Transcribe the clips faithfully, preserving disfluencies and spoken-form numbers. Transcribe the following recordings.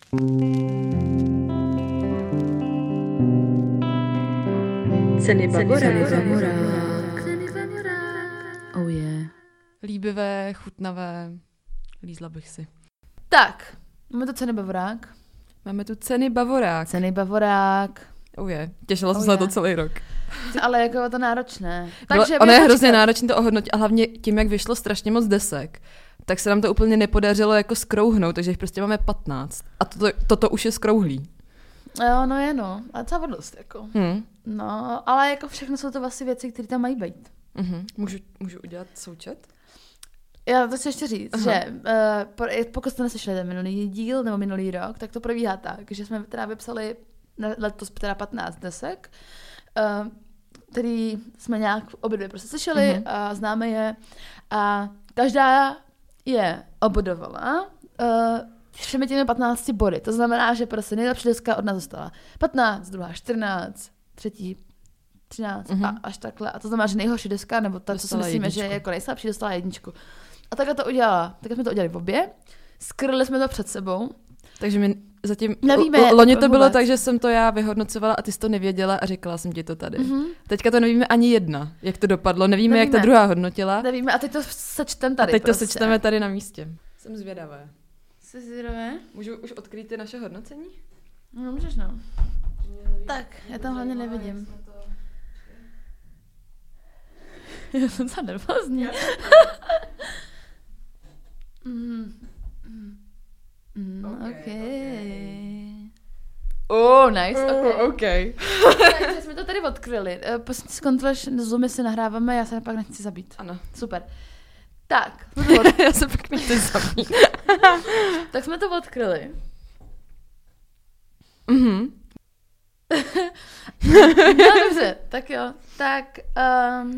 Ceny Bavorák. Oh yeah. Líbivé, chutnavé, lízla bych si. Tak, máme tu Ceny Bavorák. Máme tu Ceny Bavorák. Ceny Bavorák. Oh je, těšila jsem Oh se na je. to celý rok. Ale jako je to náročné. Takže ono je hrozně náročné to ohodnotit a hlavně tím, jak vyšlo strašně moc desek, tak se nám to úplně nepodařilo jako skrouhnout, takže jich prostě máme patnáct. A toto, toto už je skrouhlý. Jo, no je no. A docela dost, jako. Hmm. No, ale jako všechno jsou to vlastně věci, které tam mají být. Mhm. Můžu, můžu udělat součet? Já to chci ještě říct, Aha. že uh, pokud jste neslyšeli ten minulý díl nebo minulý rok, tak to probíhá tak, že jsme teda vypsali letos teda patnáct desek, uh, který jsme nějak obě dvě prostě slyšeli Uh-huh. a známe je a každá je obodovala uh, všemi těmi patnácti body. To znamená, že prostě nejlepší deska od nás dostala patnáct, druhá čtrnáct, třetí třináct Uh-huh. a až takhle. A to znamená, že nejhorší deska, nebo ta, co si Dostala myslíme, jedničku. že je jako nejslabší, dostala jedničku. A takhle to udělala. Takhle jsme to udělali v obě. Skrli jsme to před sebou. Takže my zatím... Nevíme L- loni to bylo vůbec. tak, že jsem to já vyhodnocovala a ty jsi to nevěděla a říkala jsem ti to tady. Mhm. Teďka to nevíme ani jedna, jak to dopadlo. Nevíme, Nevíme. jak ta druhá hodnotila. Nevíme, a teď to sečtem A tady. teď prostě. to sečteme tady na místě. Jsem zvědavá. Jsi zvědavé? Můžu už odkrýt ty naše hodnocení? No, můžeš, no. Tak, já tam hlavně nevidím. Já jsem za nervózní. mm. Mm, Okay, okay. Oh, nice, okay. okay. Takže jsme to tady odkryli. Eh, Prostě zkontroluješ, Zoomy si nahráváme, já se pak nechci zabít. Ano. Super. Tak, jsme to od... Já se pak nechci zabít. tak jsme to odkryli. Mhm. No dobře, tak jo. Tak, um,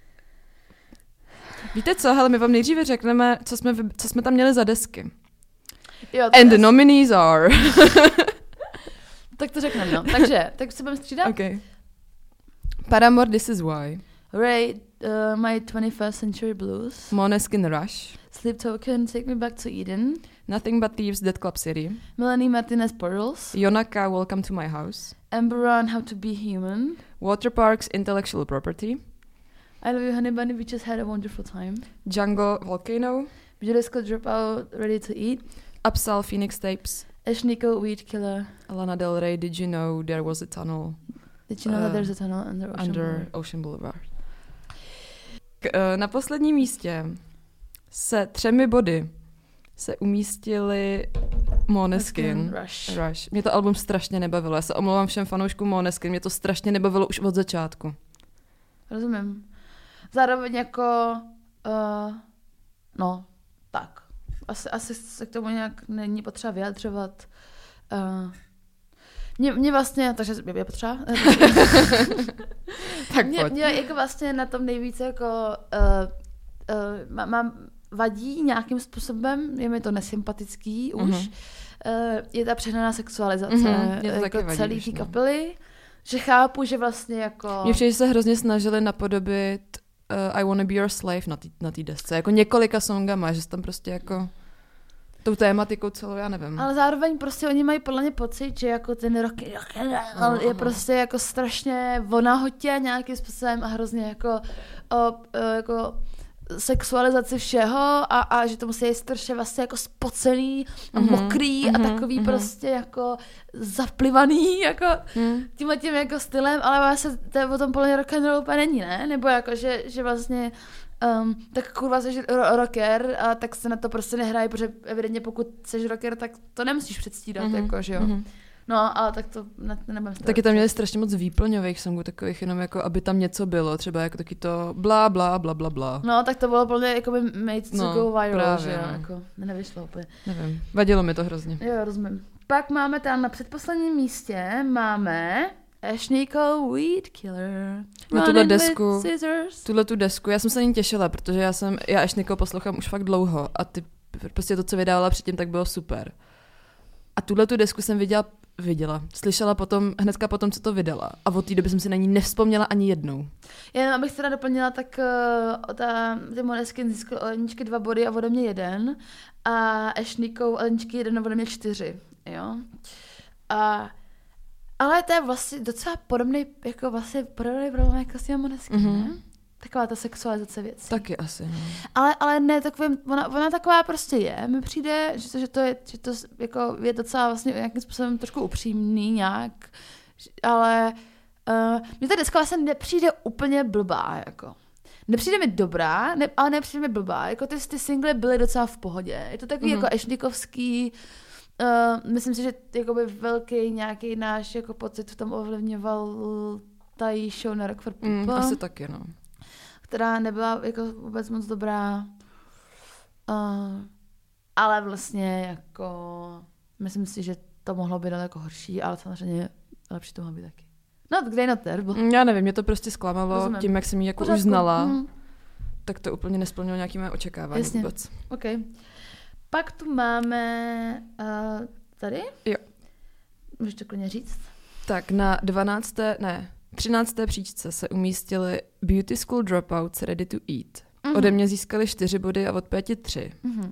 Víte co, hele, my vám nejdříve řekneme, co jsme, vy- co jsme tam měli za desky. jo. And the tak- nominees are... Tak to řekneme, no. Takže, tak se budeme střídat. okay. Paramore, This Is Why. Ray, uh, My twenty-first Century Blues. Måneskin, Rush. Sleep Token, Take Me Back to Eden. Nothing But Thieves, Dead Club City. Melanie Martinez, Pearls. Yonaka, Welcome to My House. Amber Run, How to Be Human. Waterparks, Intellectual Property. I Love You Honey Bunny, We Just Had a Wonderful Time. Django, Volcano. Judas Scott, Dropout, Ready to Eat. Upsal, Phoenix Tapes. Ash Nico, Weed Killer. Lana Del Rey, Did You Know There Was a Tunnel Did you know that Uh, there's a tunnel under Ocean Under Boulevard? Ocean Boulevard. K, eh, na posledním místě se třemi body se umístili Måneskin. Rush. Rush. Mě to album strašně nebavilo. Já se omlouvám všem fanouškům Måneskin. Mě to strašně nebavilo už od začátku. Rozumím. Zároveň jako, uh, no, tak. Asi, asi se k tomu nějak není potřeba vyjadřovat. Uh, mě, mě vlastně, takže je potřeba. Tak mě, pojď. mě jako vlastně na tom nejvíce jako uh, uh, má, mám vadí nějakým způsobem, je mi to nesympatický už, Mhm. uh, je ta přehnaná sexualizace Mhm, mě to taky jako vadí celý už, té no. kapely, že chápu, že vlastně jako... Mě přijde, že se hrozně snažili napodobit uh, I Wanna Be Your Slave na té na té desce. Jako několika songama, že se tam prostě jako tou tématikou celou, já nevím. Ale zároveň prostě oni mají podle mě pocit, že jako ten rock, rock and roll je Aha. prostě jako strašně o nahotě nějakým způsobem a hrozně jako, o, o, jako sexualizaci všeho a, a že to musí být strašně vlastně jako spocený a Mhm, mokrý a mhm, takový mhm. prostě jako zaplivaný jako Hmm. tímhle tím jako stylem, ale vlastně to o tom podle mě rock and roll úplně není, ne? Nebo jako, že, že vlastně um, tak kurva jsi ro- rocker a tak se na to prostě nehraje, protože evidentně pokud jsi rocker, tak to nemusíš předstírat, Mhm, jako, že jo. mhm. No, ale tak to ne, nebudem Taky tam měli strašně moc výplňových songů, takových jenom jako, aby tam něco bylo, třeba jako taky to blá, blá, blá, blá, blá. No, tak to bylo podle mě jako by made to No, go viral, právě, že jo, no. jako nevyšlo úplně. Nevím, vadilo mi to hrozně. Jo, rozumím. Pak máme tam na předposledním místě, máme Ash Nico, Weed Killer. Na tuhle Running with desku- Scissors. Tuhle tu desku, já jsem se na ní těšila, protože já jsem, já Ashneyho poslouchám už fakt dlouho a ty, prostě to, co vydávala předtím, tak bylo super. A tuhle tu desku jsem viděla, viděla, slyšela potom, hnedka potom, co to vydala. A od té doby jsem si na ní nevzpomněla ani jednou. Jen abych teda doplnila, tak uh, ta, ty Måneskin získal od Aničky dva body a ode mě jeden. A Ash Nico od Aničky jeden a ode mě čtyři. Jo, jo. A, ale to je vlastně docela podobný, jako vlastně podobný problém jako s těmi Måneskin, mm-hmm. ne? Taková ta sexualizace věcí. Taky asi, no. Ale, ale ne takovým, ona, ona taková prostě je. Mi přijde, že to, že to, je, že to jako je docela vlastně nějakým způsobem trošku upřímný nějak, ale uh, mně ta deska vlastně nepřijde úplně blbá, jako. Nepřijde mi dobrá, ne, ale nepřijde mi blbá. Jako ty, ty singly byly docela v pohodě. Je to takový mm-hmm. jako ešnikovský, uh, myslím si, že jakoby velký nějaký náš jako pocit v tom ovlivňoval ta jí show na Rock for People. Mm, asi taky, no. Která nebyla jako vůbec moc dobrá. Uh, ale vlastně jako myslím si, že to mohlo být daleko horší, ale samozřejmě lepší to mohlo být taky. No, kde je not terrible. Já nevím, mě to prostě zklamalo. Rozumím. Tím, jak jsem ji jako už znala, mm. tak to úplně nesplnilo nějaký mé očekávání. Jasně. Vůbec. OK. Pak tu máme uh, tady? Jo. Můžeš to klidně říct? Tak na dvanácté, ne, třinácté příčce se umístily Beauty School Dropouts Ready to Eat. Mm-hmm. Ode mě získali čtyři body a od Péti tři. Mm-hmm.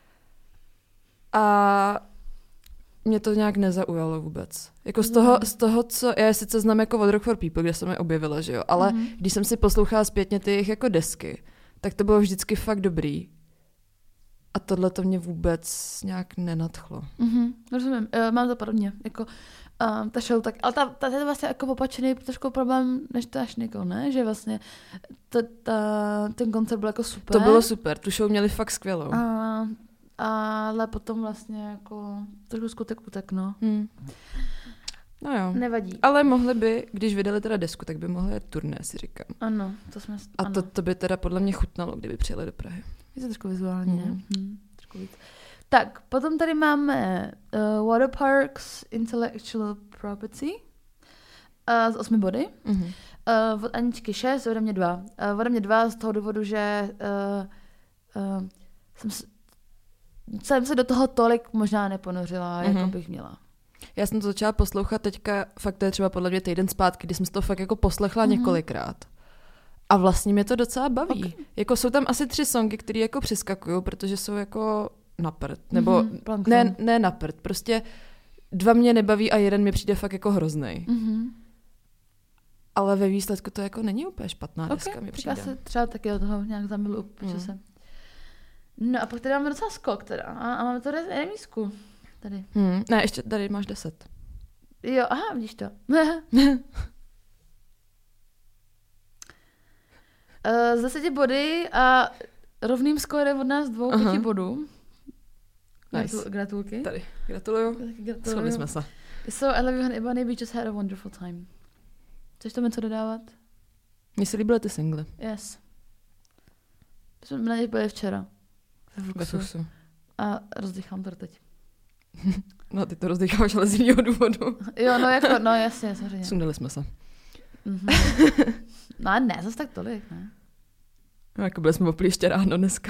A mě to nějak nezaujalo vůbec. Jako z toho, z toho, co... Já sice znám jako od Rock for People, kde jsem je objevila, že jo? Ale mm-hmm. když jsem si poslouchala zpětně ty jejich jako desky, tak to bylo vždycky fakt dobrý. A tohle to mě vůbec nějak nenadchlo. Mm-hmm. Rozumím. Uh, mám to podobně. Jako uh, ta show tak... Ale ta, ta, ta je vlastně jako opačený trošku problém, než to až Nicole, ne? Že vlastně ta, ta, ten koncert byl jako super. To bylo super. Tu show měli fakt skvělou. Uh, ale potom vlastně jako trošku skutek utek, no. Hmm. No jo. Nevadí. Ale mohli by, když vydali teda desku, tak by mohli jet turné, si říkám. Ano, to jsme... A ano. To, to by teda podle mě chutnalo, kdyby přijeli do Prahy. Je to trošku vizuální, mm. ne? Hmm, trošku víc. Tak, potom tady máme uh, Waterparks Intellectual Property uh, z osmi body. Mm-hmm. Uh, od Aničky šest, ode mě dva. Uh, ode mě dva z toho důvodu, že uh, uh, jsem, jsem se do toho tolik možná neponořila, mm-hmm. jako bych měla. Já jsem to začala poslouchat teďka, fakt to je třeba podle mě týden zpátky, kdy jsem to fakt jako poslechla mm-hmm. několikrát. A vlastně mě to docela baví. Okay. Jako jsou tam asi tři songy, které jako přeskakují, protože jsou jako na prd. Nebo mm-hmm, ne, ne na prd. Prostě dva mě nebaví a jeden mi přijde fakt jako hroznej. Mm-hmm. Ale ve výsledku to jako není úplně špatná okay. deska, mi přijde. Já se třeba taky do toho nějak zamilu počasem. Mm. No a pak tady máme docela skok teda. A, a máme to remízku. Tady. Hmm. Ne, ještě tady máš deset. Jo, aha, vidíš to. Z deseti body a rovným skórem od nás dvou, uh-huh. pěti bodů. Nice. Gratulky. Tady, gratuluju. Shodli jsme se. So, I love you, honey bunny, we just had a wonderful time. Chceš tam něco dodávat? Mně se líbily ty singly. Yes. Jsme na ně byli včera. Ve Fuxu. A rozdychám to teď. No, ty to rozdýcháš, ale z jiného důvodu. Jo, no jako, no jasně, samozřejmě. Sundali jsme se. Mm-hmm. No a ne, zase tak tolik, ne? No, jako byli jsme opili ještě ráno dneska.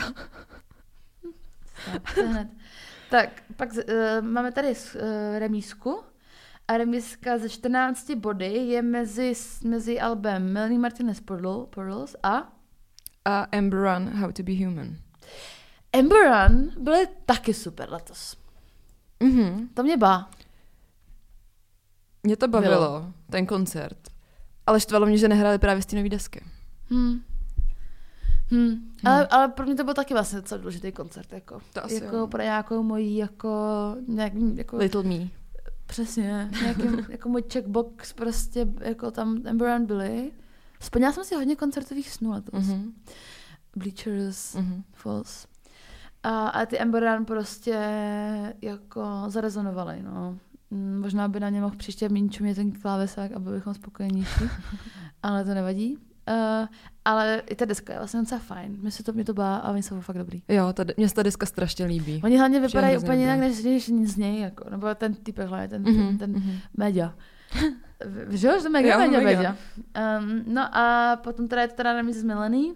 Tak, hned. Tak, pak uh, máme tady uh, remízku. A remízka ze čtrnácti body je mezi, mezi albem Melanie Martinez Pearls a... A Amber Run, How to be Human. Amber Run byly taky super letos. Mm-hmm. To mě bá. Mě to bavilo, Bylo. ten koncert. Ale štvalo mě, že nehráli právě z té nový desky. Hmm. Hmm. Hmm. Ale, ale pro mě to byl taky vlastně docela důležitý koncert. Jako, to asi jako jo. pro nějakou mojí jako, nějaký, jako... Little me. Přesně. Nějaký jako můj checkbox prostě jako tam Amber Run byly. Splnila jsem si hodně koncertových snů letos. Mm-hmm. Bleachers, mm-hmm. Falls. A, a ty Amber Run prostě jako zarezonovaly, no. Možná by na ně mohl příště méně čumět ten klávesák, aby bychom spokojenější, ale to nevadí. Uh, ale i ta deska je vlastně docela fajn. Mně se to, mě to bá a oni jsou fakt dobrý. Jo, ta, mně se ta deska strašně líbí. Oni hlavně vypadají úplně jinak, než, než z něj, jako, nebo ten typek hlavně, ten, mm-hmm, ten, ten mm-hmm. Media. Že jo, že to Media, Media, Media. Um, no a potom teda je to teda remíza z Melanie.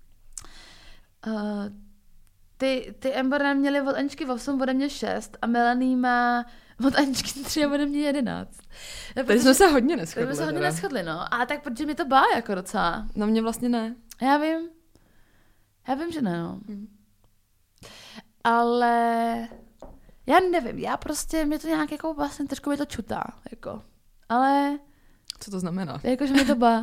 Uh, ty, ty Amber měly od Aničky osm, ode mě šest a Melanie má od Aničky tři a ode mě jedenáct. Tady jsme se hodně neshodli. Tady jsme se hodně neshodli, no. A tak protože mě to bá jako docela. No mě vlastně ne. Já vím. Já vím, že ne, no. Hmm. Ale Já nevím, já prostě, mě to nějak jako vlastně trošku mi to čutá, jako. Ale... Co to znamená? Jakože mi to bá.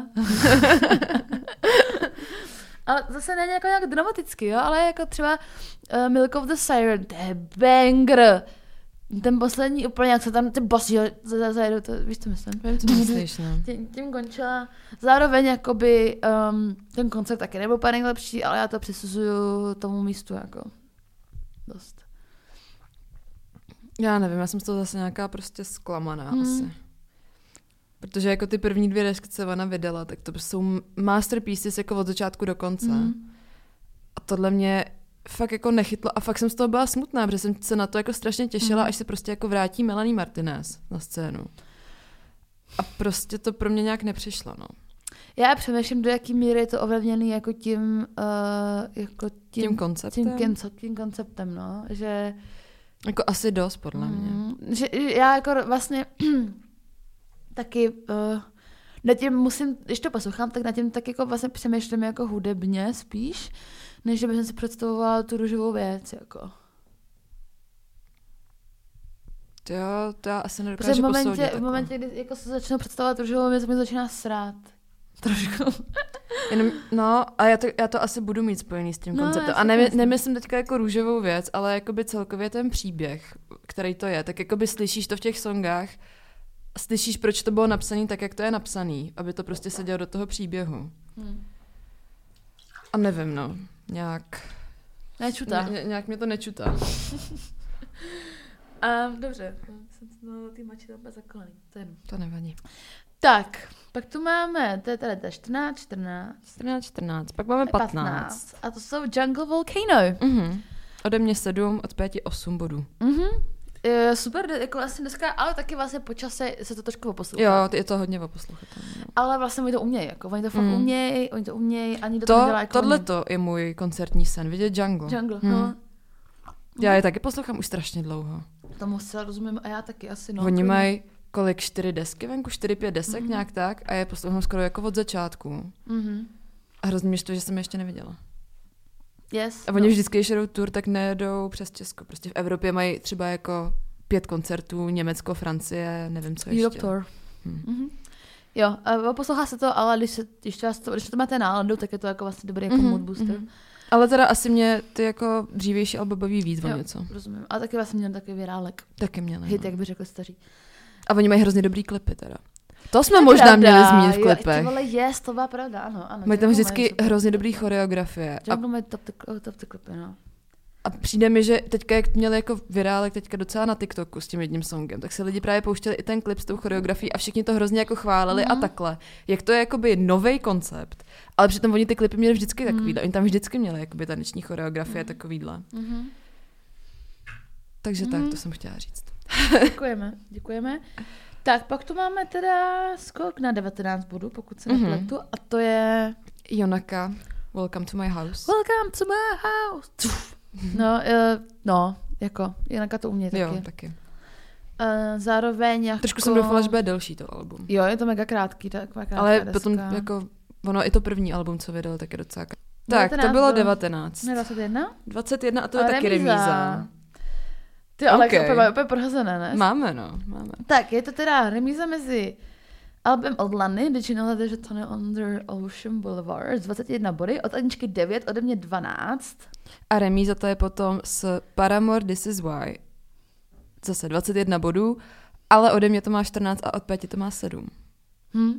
Ale zase není jako nějak dramaticky, jo, ale jako třeba uh, Milk of the Siren, to je banger. Ten poslední úplně, jak se tam ty basy, jo, zajedou, to víš, co myslím? Vím, co myslíš, no. Tím, tím končila. Zároveň jakoby um, ten koncert taky nebyl úplně nejlepší, ale já to přisuzuju tomu místu jako dost. Já nevím, já jsem z toho zase nějaká prostě zklamaná hmm. asi. Protože jako ty první dvě desky, co ona vydala, tak to jsou masterpieces jako od začátku do konce. Hmm. A tohle mě fakt jako nechytlo a fakt jsem z toho byla smutná, protože jsem se na to jako strašně těšila, hmm. až se prostě jako vrátí Melanie Martinez na scénu. A prostě to pro mě nějak nepřišlo, no. Já přemýšlím, do jaký míry je to ovlivněný jako tím, uh, jako tím, tím konceptem. Tím, tím, tím konceptem, no, že jako asi dost, podle mě. Mm, že já jako vlastně taky uh, nad tím musím, když to poslouchám, tak nad tím tak jako vlastně přemýšlím jako hudebně spíš, než bych si představovala tu růžovou věc, jako. To jo, to já asi nedokážu v momentě, posoudit. V momentě, kdy jako se začnu představovat růžovou věc, mi začíná srát. Trošku. Jenom, no a já to, já to asi budu mít spojený s tím no, konceptem. A ne, nemyslím teďka jako růžovou věc, ale jakoby celkově ten příběh, který to je, tak jakoby slyšíš to v těch songách, slyšíš, proč to bylo napsané tak, jak to je napsané, aby to prostě sedělo do toho příběhu. Hmm. A nevím, no, nějak... Nečutá. Ně, nějak mě to nečutá. A dobře, jsem na ty mači tam zakalený. To, to nevadí. Tak, pak tu máme, to je tady čtrnáct, čtrnáct. čtrnáct, čtrnáct, pak máme patnáct. patnáct. A to jsou Jungle Volcano. Mhm. Ode mě sedm, od pěti osm bodů. Mhm. Je super, jako vlastně dneska, ale taky vlastně po čase se to trošku oposlouchá. Jo, je to hodně oposlouchat. No. Ale vlastně oni to umějí, jako oni to fakt mm. umějí, oni to umějí, ani do to, toho nedělá jako tohle to je můj koncertní sen, vidět Jungle. Jungle, hmm. no. Já je taky poslouchám už strašně dlouho. Tomu se rozumím a já taky asi, no. Oni mají kolik, čtyři desky venku, čtyři, pět desek mm-hmm. nějak tak a je poslouchám skoro jako od začátku. Mm-hmm. A hrozně mě to, že jsem je ještě neviděla. Yes, a oni no. vždycky, když jedou tour, tak nejedou přes Česko. Prostě v Evropě mají třeba jako pět koncertů, Německo, Francie, nevím co ještě. Europe Tour. Hmm. Mm-hmm. Jo, a poslouchá se to, ale když, se, když, to, když to máte náladu, tak je to jako vlastně dobrý jako mm-hmm. mood booster. Mm-hmm. Ale teda asi mě ty jako dřívější alba baví víc o něco. Rozumím. A taky vlastně měl takový virálek. Taky měli. Hit, jak by řekli staří. A oni mají hrozně dobrý klipy teda. To jsme to možná pravda. Měli zmínit v klipech. Jo, ty vole, yes, to byla pravda, ano. ano mají tam vždycky hrozně dobrý choreografie. Jungle mají top, top ty klipy, no. A přijde mi, že teďka, jak měli jako virálek teďka docela na TikToku s tím jedním songem, tak se lidi právě pouštěli i ten klip s tou choreografií a všichni to hrozně jako chválili mm. a takhle. Jak to je jakoby novej koncept, ale přitom oni ty klipy měli vždycky takovýhle. Mm. Oni tam vždycky měli jakoby taneční choreografie mm. takovýhle. Mm. Takže mm. tak, to jsem chtěla říct. Děkujeme, děkujeme. Tak, pak tu máme teda skok na devatenáct bodů, pokud se mm-hmm. nepletu, a to je... Jonaka, Welcome to my house. Welcome to my house. No, uh, no, jako, Jonaka to umějí taky. Jo, taky. Uh, zároveň jako... Trošku jsem doufala, že bude delší to album. Jo, je to mega krátký, taková krátká ale deska. Potom jako, ono i to první album, co vydal, tak je docela... Tak, to bylo devatenáct. Ne, dvacet jedna? dvacet jedna a to je a taky remíza. remíza. Ty, ale okay. úplně, úplně prohazené, ne? Máme, no, máme. Tak, je to teda remíza mezi album od Lany, Did You Know That There's a Tunnel Under Ocean Boulevard, dvacet jedna body, od Aničky devět, ode mě dvanáct. A remíza to je potom s Paramore This Is Why. Zase dvacet jedna bodů, ale ode mě to má čtrnáct a od Peti to má sedm. Hmm.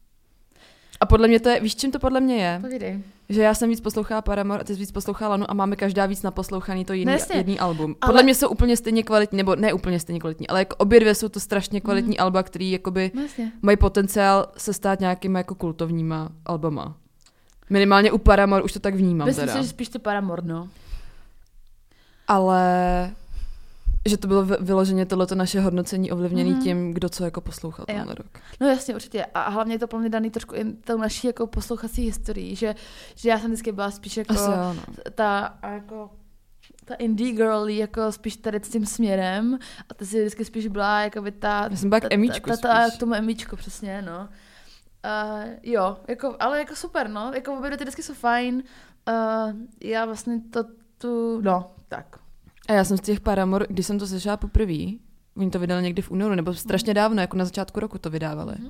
A podle mě to je, víš, čím to podle mě je? Povídej. Že já jsem víc poslouchala Paramore a ty jsi víc poslouchala Lanu a máme každá víc naposlouchaný to jiný, no jedný album. Podle ale... mě jsou úplně stejně kvalitní, nebo ne úplně stejně kvalitní, ale jako obě dvě jsou to strašně kvalitní mm. alba, který jakoby no mají potenciál se stát nějakýma jako kultovníma albama. Minimálně u Paramore už to tak vnímám. Myslím teda. si, že spíš ty Paramore, no. Ale... že to bylo vyloženě tohleto naše hodnocení ovlivněné mm. tím, kdo co jako poslouchal tenhle rok. No jasně, určitě. A hlavně je to pro mě daný trošku i tou naší jako poslouchací historií, že, že já jsem vždycky byla spíš jako jo, no. ta jako ta indie girl jako spíš tady s tím směrem a ty si vždycky spíš byla jako by ta... Já jsem byla k emíčku ta, ta, ta, k tomu emíčku, přesně, no. Uh, jo, jako, ale jako super, no. Jako obě ty desky jsou fajn. Uh, já vlastně to tu... No, tak. A já jsem z těch Paramore, když jsem to slyšela poprvé, oni to vydali někdy v únoru, nebo strašně dávno, jako na začátku roku to vydávali. Mm.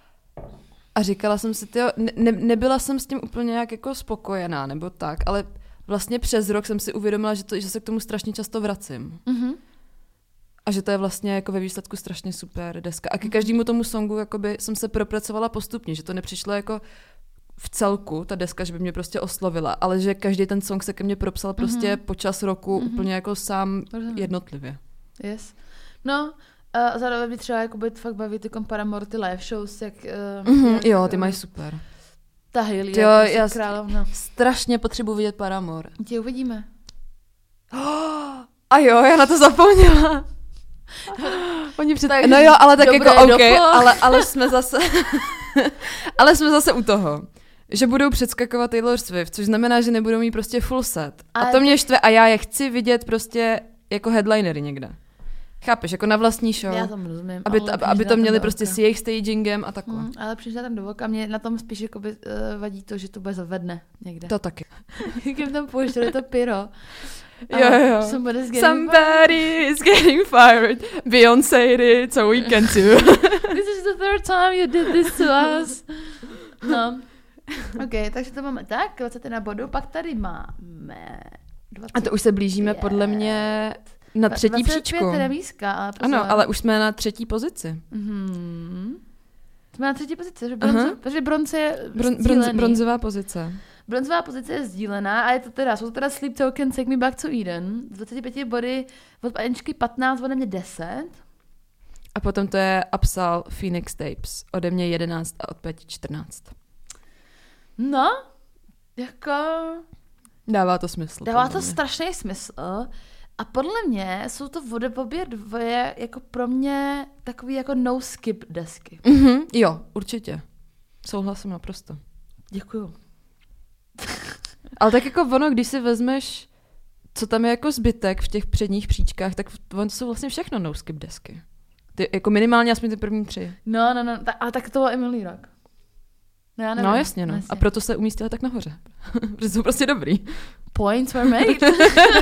A říkala jsem si, tyjo, ne, nebyla jsem s tím úplně nějak jako spokojená, nebo tak, ale vlastně přes rok jsem si uvědomila, že, to, že se k tomu strašně často vracím. Mm-hmm. A že to je vlastně jako ve výsledku strašně super deska. A ke každému tomu songu jakoby jsem se propracovala postupně, že to nepřišlo jako v celku, ta deska, že by mě prostě oslovila, ale že každý ten song se ke mně propsal prostě mm-hmm. počas roku mm-hmm. úplně jako sám jednotlivě. Yes. No, a zároveň by třeba jakoby fakt baví ty Paramore, ty live shows, jak... Uh, mm-hmm, jak jo, ty mají super. Ta Hailey, jo, jako já královna. Strašně potřebuji vidět Paramore. Tě uvidíme. Oh, a jo, já na to zapomněla. Oni před... Tak, no jo, ale tak jako OK, dopo. ale, ale jsme zase ale jsme zase u toho, že budou předskakovat Taylor Swift, což znamená, že nebudou mít prostě full set. A, a to mě štve a já je chci vidět prostě jako headlinery někde. Chápeš, jako na vlastní show. Já tomu rozumím. Aby to, aby to měli prostě s jejich stagingem a takhle. Hmm, ale přišla tam do voka, mě na tom spíš jako by, uh, vadí to, že to bude zavedne někde. To taky. Jak jim tam pouštěli to pyro. Jo, jo. Somebody is getting fired. Beyoncé did it, so we can too. This is the third time you did this to us. No. Ok, takže to máme tak, dvacet na bodu, pak tady máme dvacet pět. A to už se blížíme podle mě na třetí příčku. dvacet pět remízka, ale pozor. Ano, ale už jsme na třetí pozici. Mm-hmm. Jsme na třetí pozici, protože bronze, protože bronze je Bron, bronz, bronzová pozice. Bronzová pozice je sdílená a je to teda, jsou to teda Sleep Token, Take Me Back to Eden. Z dvacet pět body od Aničky patnáct, ode mě deset. A potom to je Upsal Phoenix Tapes, ode mě jedenáct a od Peti čtrnáct. No, jako... Dává to smysl. Dává to strašný smysl. A podle mě jsou to obě dvoje jako pro mě takový jako no skip desky. Mm-hmm, jo, určitě. Souhlasím naprosto. Děkuju. Ale tak jako ono, když si vezmeš, co tam je jako zbytek v těch předních příčkách, tak to jsou vlastně všechno no skip desky. Ty, jako minimálně aspoň ty první tři. No, no, no, ta, ale tak to bylo i minulý rok. No, já nevím, no jasně, no. Jasně. A proto se umístila tak nahoře. Protože jsou prostě dobrý. Points were made.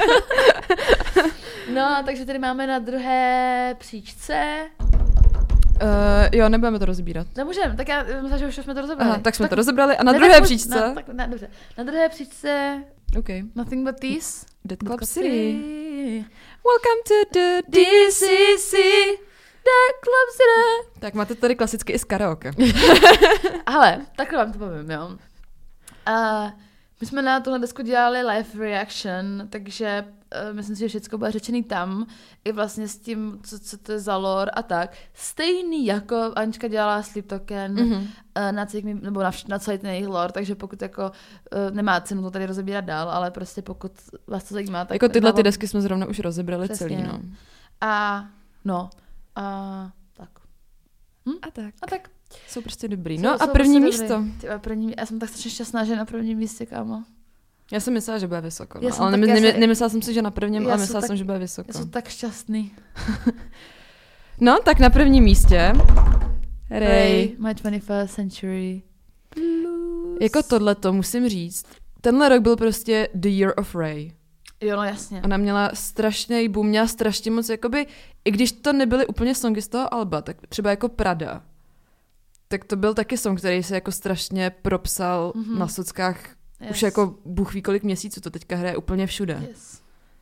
No, takže tady máme na druhé příčce. Uh, jo, nebudeme to rozbírat. Nemůžeme, tak já myslím, že už jsme to rozebrali. Aha, tak jsme tak, to rozebrali a na ne, druhé tak, příčce. No, tak, ne, dobře. Na druhé příčce okay. Nothing But These. Dead Club City. Welcome to the D C C. Dead Club City. Tak máte tady klasicky i z karaoke. Ale, takhle vám to povím, jo. Uh, my jsme na tuhle desku dělali live reaction, takže uh, myslím si, že všechno bude řečený tam, i vlastně s tím, co, co to je za lore a tak. Stejný jako Anička dělala Sleep Token mm-hmm. uh, na, celý, nebo na, na celý ten jejich lore, takže pokud jako uh, nemá cenu to tady rozebírat dál, ale prostě pokud vás to zajímá, tak... Jako tyhle ty desky jsme zrovna už rozebrali přesně. Celý, no. A no, a tak. Hm? A tak. A tak. Jsou prostě dobrý. Jsou, no a jsou první prostě místo. Tyba, první, já jsem tak strašně šťastná, že na prvním místě, kámo. Já jsem myslela, že bude vysoko. No. Já ale tak, nem, já se, nemyslela jsem si, že na prvním, ale myslela tak, jsem, že bude vysoko. Já jsem tak šťastný. No, tak na prvním místě Ray. Ray My twenty-first Century Blues. Jako tohleto musím říct. Tenhle rok byl prostě the year of Ray. Jo, no jasně. Ona měla strašný boom, měla strašně moc, jakoby, i když to nebyly úplně songy z toho alba, tak třeba jako Prada, tak to byl taky song, který se jako strašně propsal mm-hmm. na sockách yes. už jako bůh ví kolik měsíců, to teďka hraje úplně všude. Yes.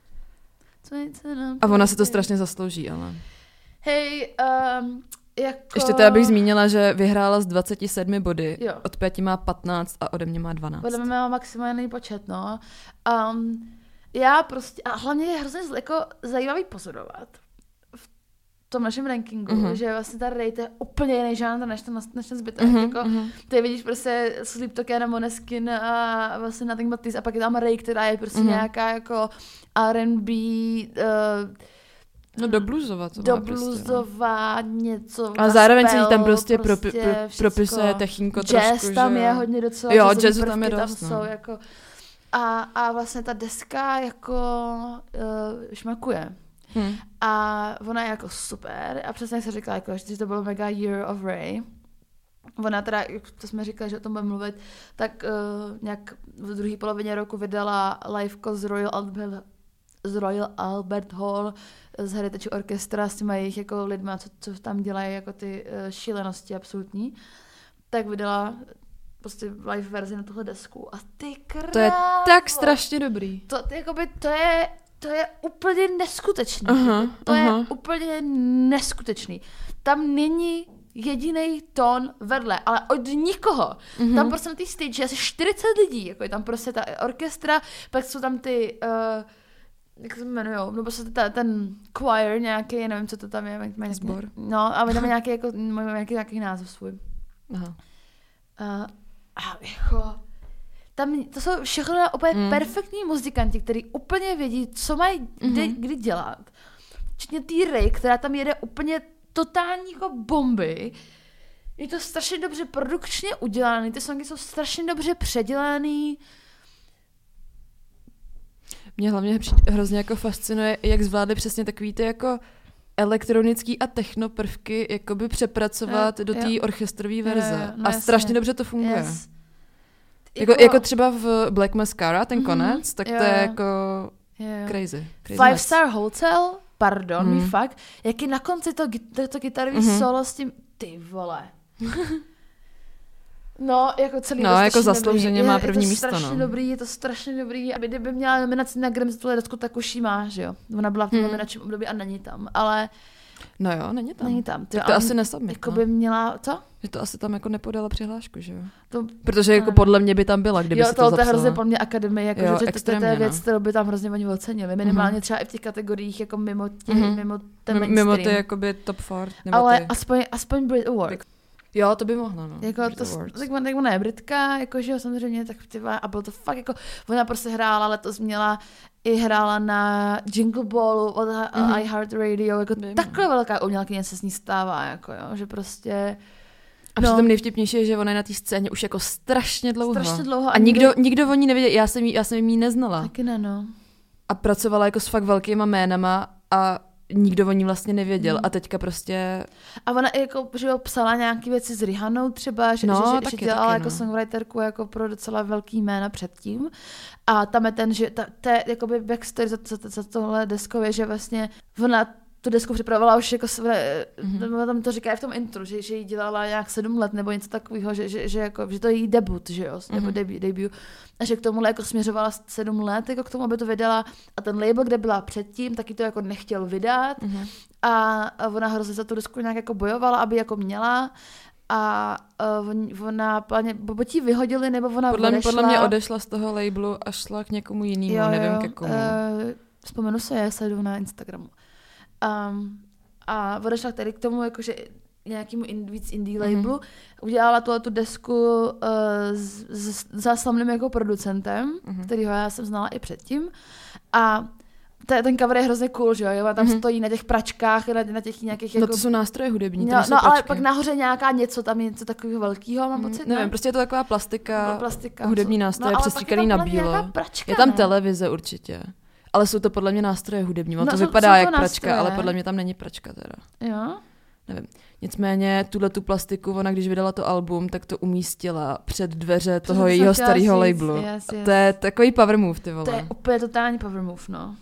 A ona se to strašně zaslouží, ale... Hej, um, jako... Ještě teda bych zmínila, že vyhrála z dvacet sedm body, jo. od Pěti má patnáct a ode mě má dvanáct. Ode mě má maximální počet, no. Um, já prostě, a hlavně je hrozně jako zajímavý pozorovat v tom našem rankingu, uh-huh. že vlastně ta Ray je úplně jiný žánr než ten, než ten zbytek. Uh-huh, jako, uh-huh. Ty vidíš prostě Sleep Token a Måneskin a vlastně Nothing But These a pak je tam Ray, která je prostě uh-huh. nějaká jako R and B, uh, no do bluesova to do bluesova prostě, něco. A zároveň se jí tam prostě, prostě pro, pro, propisuje techínko trošku. Jazz tam že... je hodně docela. Jo, jazzu tam je dost. Tam jsou, jako, a, a vlastně ta deska jako uh, šmakuje. Hmm. A ona je jako super. A přesně jak se říkala, jako, že to bylo mega year of Ray. Ona teda, to jsme říkali, že o tom budeme mluvit, tak uh, nějak v druhé polovině roku vydala liveko z Royal Album z Royal Albert Hall, z Heritage Orchestra s těma jejich jako lidma, co, co tam dělají jako ty uh, šílenosti absolutní, tak vydala prostě live verzi na tuhle desku. A ty krávo. To je tak strašně dobrý. To, to, jakoby, to je to je úplně neskutečný. Aha, to aha. je úplně neskutečný. Tam není jediný tón vedle, ale od nikoho. Mm-hmm. Tam prostě na té stage je asi čtyřicet lidí, jako je tam prostě ta orchestra, pak jsou tam ty, uh, jak se jmenujou, no prostě ta, ten choir nějaký, nevím, co to tam je. Mají Sbor. No, a my tam je nějaký, jako, nějaký, nějaký název svůj. Aha. Uh, a jako, tam, to jsou všechno úplně mm. perfektní muzikanti, kteří úplně vědí, co mají kdy, mm-hmm. kdy dělat. Včetně tý Ray, která tam jede úplně totální jako bomby. Je to strašně dobře produkčně udělané, ty songy jsou strašně dobře předělaný. Mě hlavně hrozně jako fascinuje, jak zvládli přesně takový ty jako elektronický a techno prvky jakoby přepracovat jo, do té orchestrové verze. Jo, jo, no a jasně. Strašně dobře to funguje. Yes. Jako, jako, jako třeba v Black Mascara, ten mm-hmm. konec, tak jo, to je jako jo. crazy. crazy Five Star Hotel, pardon, mm. mi fakt, jak je na konci to, to, to kytarový mm-hmm. solo s tím, ty vole. No, jako celý no, jako zaslouženě má první je, je místo, to strašně no. dobrý, je to strašně dobrý. Aby kdyby měla nominaci na Grammy za tuhle desku, tak už jí má, že jo. Ona byla v tom hmm. nominačním období a není tam, ale... No jo, není tam. Není tam. To, to asi nesubmit, jako no. by měla, co? Že to asi tam jako nepodala přihlášku, že jo. To, Protože jako podle mě by tam byla, kdyby jo, si to, to zapsala. Jo, to je hrozně po mně akademie, jako, jo, že to, to, to je věc, no. kterou by tam hrozně oni ocenili. Minimálně mm-hmm. třeba i v těch kategoriích jako mimo, tě, mm-hmm. mimo ten mainstream. Mimo ty jakoby top čtyři. Ale ty... aspoň, aspoň Brit Award. Jo, to by mohla, no. Jako to, tak, ona, tak ona je Britka, jakože jo, samozřejmě, tak tyva, a bylo to fakt jako, ona prostě hrála, letos měla, i hrála na Jingle Ballu od mm-hmm. iHeartRadio, jako Bym. Takhle velká umělkyně se s ní stává, jako jo, že prostě... A no. Přitom nejvtipnější je, že ona je na té scéně už jako strašně dlouho. Strašně dlouho. A, a nikdo, nikdo, nikdo o ní nevěděl, já jsem jí, já jsem jí neznala. Taky ne, no. A pracovala jako s fakt velkýma jménama a nikdo o ní vlastně nevěděl hmm. a teďka prostě... A ona i jako, že jo, psala nějaké věci s Rihannou třeba, že, no, že, taky, že dělala taky, jako no. songwriterku jako pro docela velký jména předtím. A tam je ten, že ta, ta jakoby backstory za, za, za tohle deskově, že vlastně ona tu desku připravovala už jako své, mm-hmm. tam to říká i v tom intru, že, že jí dělala nějak sedm let nebo něco takového, že, že, že, jako, že to je její debut, že jo, mm-hmm. nebo debut, debut. A že k tomuhle jako směřovala sedm let, jako k tomu, aby to vydala. A ten label, kde byla předtím, taky to jako nechtěl vydat. Mm-hmm. A, a ona hrozně za tu desku nějak jako bojovala, aby jako měla. A uh, ona plně, buď ji vyhodili, nebo ona podle odešla. Podle mě odešla z toho labelu a šla k někomu jinému, jo, nevím jo, ke komu. Uh, vzpomenu se, já sleduju na Instagramu. Um, a odešla tady k tomu, jakože nějakému in, víc indie labelu, mm-hmm. udělala tu, tu desku uh, s, s, za slavným jako producentem, mm-hmm. kterýho já jsem znala i předtím. A t- ten cover je hrozně cool, že jo? Tam mm-hmm. stojí na těch pračkách, na, na těch nějakých... No jako... to jsou nástroje hudební, No, no ale pak nahoře nějaká něco, tam je něco takového velkého, mám pocit, mm, nevím, ne? Prostě je to taková plastika, plastika hudební nástroje, no, přestříkaný na bílo. Pračka, je tam ne? televize určitě. Ale jsou to podle mě nástroje hudební. No, to jsou, vypadá jsou to jak nástroje. pračka, ale podle mě tam není pračka teda. Jo? Nevím. Nicméně tuhle tu plastiku, ona když vydala to album, tak to umístila před dveře toho to jejího starého labelu. Yes, yes. To je takový power move, ty vole. To je úplně totální power move, no.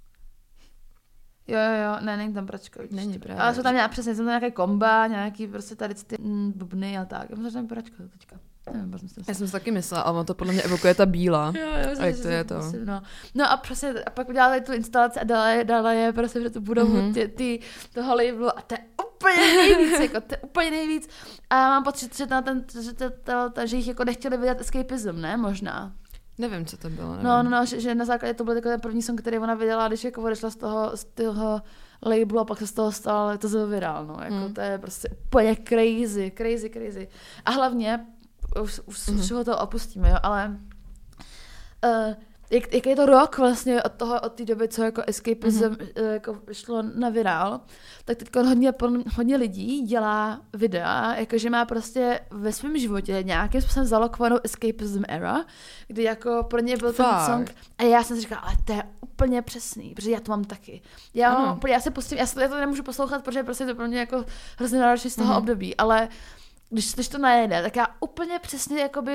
Jo, jo, jo, ne, není tam pračka. Určitě. Není právě. Ale jsou tam nějak, přesně, jsou tam nějaké komba, nějaký prostě tady ty mm, bubny a tak. Já myslím, že tam je pračka teďka. Nevím, já jsem si taky myslela, ale on to podle mě evokuje ta bílá. Jo, jo, a jak to je to. Myslím, no. no a přesně, a pak udělali tu instalaci a dala je, dala je prostě před tu budovu mm-hmm. ty, ty, toho labelu a to je úplně nejvíc, jako, to je úplně nejvíc. A já mám pocit, že, na ten, že, to, to, to, že jich jako nechtěli vydat escapism, ne? Možná. Nevím, co to bylo. Nevím. No, no, no, že, že na základě to byl jako ten první song, který ona vydala, když jako odešla z toho, z toho labelu a pak se z toho stalo, to se virál, no. Jako, mm. To je prostě úplně crazy, crazy, crazy. A hlavně už, už mm-hmm. všeho toho opustíme, jo, ale uh, jak, jak je to rok vlastně od toho, od té doby, co jako escapism mm-hmm. uh, jako šlo na virál, tak teď hodně, hodně lidí dělá videa, jakože má prostě ve svém životě nějakým způsobem zalokovanou escapism era, kdy jako pro ně byl ten song a já jsem si říkala, ale to je úplně přesný, protože já to mám taky. Já, mám, já se pustím, já, se, já to nemůžu poslouchat, protože prostě to pro mě jako hrozně náročný z toho mm-hmm. období, ale když, když to najede, tak já úplně přesně jakoby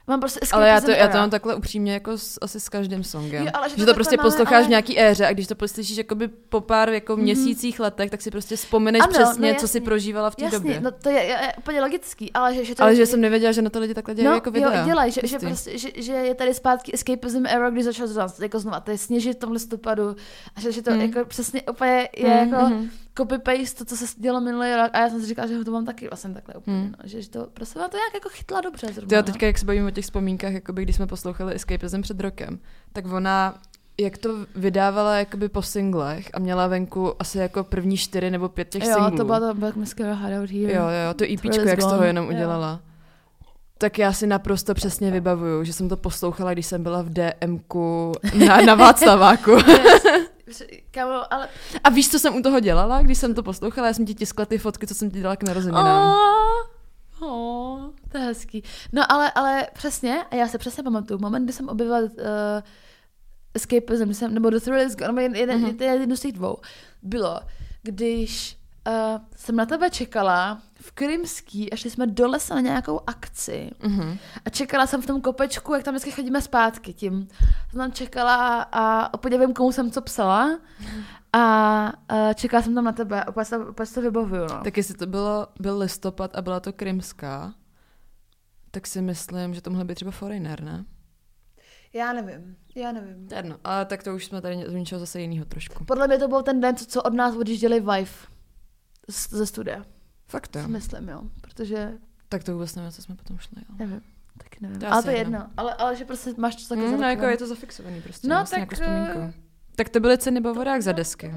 Mám prostě ale já to, escapism já to era. mám takhle upřímně jako s, asi s každým songem. Jo, ale že že to to prostě takhle máme, posloucháš ale- v nějaký éře a když to poslyšíš jakoby po pár jako Mhm. měsících, letech, tak si prostě vzpomeneš Ano, přesně, no co si jasně. prožívala v té Jasně, době. no to je, je, je úplně logický, ale že, že to Ale je, že jsem nevěděla, že na to lidi takhle dělají no, jako videa. jo, dělají, že, že, Hustý. prostě, že, že, je tady zpátky escapism era, když začal znova, jako znova, to je sněžit v tom listopadu a že, že to Mm. jako přesně úplně je Mm, jako mhm. copy-paste to, co se dělo minulý rok a já jsem si říkala, že to mám taky vlastně takhle úplně, Mm. no, že, že to prostě mám to nějak jako chytla dobře zrovna. Ty jo, no. teďka, jak se bavíme o těch vzpomínkách, jakoby, když jsme poslouchali Escapism před rokem, tak ona, jak to vydávala jakoby po singlech a měla venku asi jako první čtyři nebo pět těch Jo, singlů. to byla to Black Mascara Hard Out Here. Jo, jo, to EPčko, Twirl is jak z toho gone. jenom Jo. udělala. Tak já si naprosto přesně vybavuju, že jsem to poslouchala, když jsem byla v DMku na, na Václaváku. Kámo, ale... A víš, co jsem u toho dělala, když jsem to poslouchala? Já jsem ti tiskla ty fotky, co jsem ti dělala k narozeninám. Oh, oh, to je hezký. No ale, ale přesně, a já se přesně pamatuju, moment, kdy jsem objevila uh, escapism, kdy jsem, nebo The Thrill is Gone, nebo jeden, jeden, Mhm. mm-hmm. jedno z těch dvou, bylo, když uh, jsem na tebe čekala v Krymský a šli jsme do lesa na nějakou akci Mhm. a čekala jsem v tom kopečku, jak tam vždycky chodíme zpátky tím. Jsem tam čekala a opět nevím, komu jsem co psala a uh, čekala jsem tam na tebe a opět to, opět to vybavuju, no. Tak jestli to bylo, byl listopad a byla to krymská, tak si myslím, že to mohla být třeba Foreigner, ne? Já nevím, já nevím. To je jedno, ale tak to už jsme tady z něčeho zase jiného trošku. Podle mě to byl ten den, co, co od nás odjížděli Vive z, ze studia. Fakt jo. Si myslím, jo. Protože, Tak to vůbec nevím, co jsme potom šli. Jo. nevím, taky nevím. To je Ale asi to je jedno. jedno. Ale, ale že prostě máš to taky Mm, no, zarakované. jako je to zafixovaný prostě. No, vlastně tak, Jako vzpomínku. eh, Tak to byly ceny Bavorák za desky.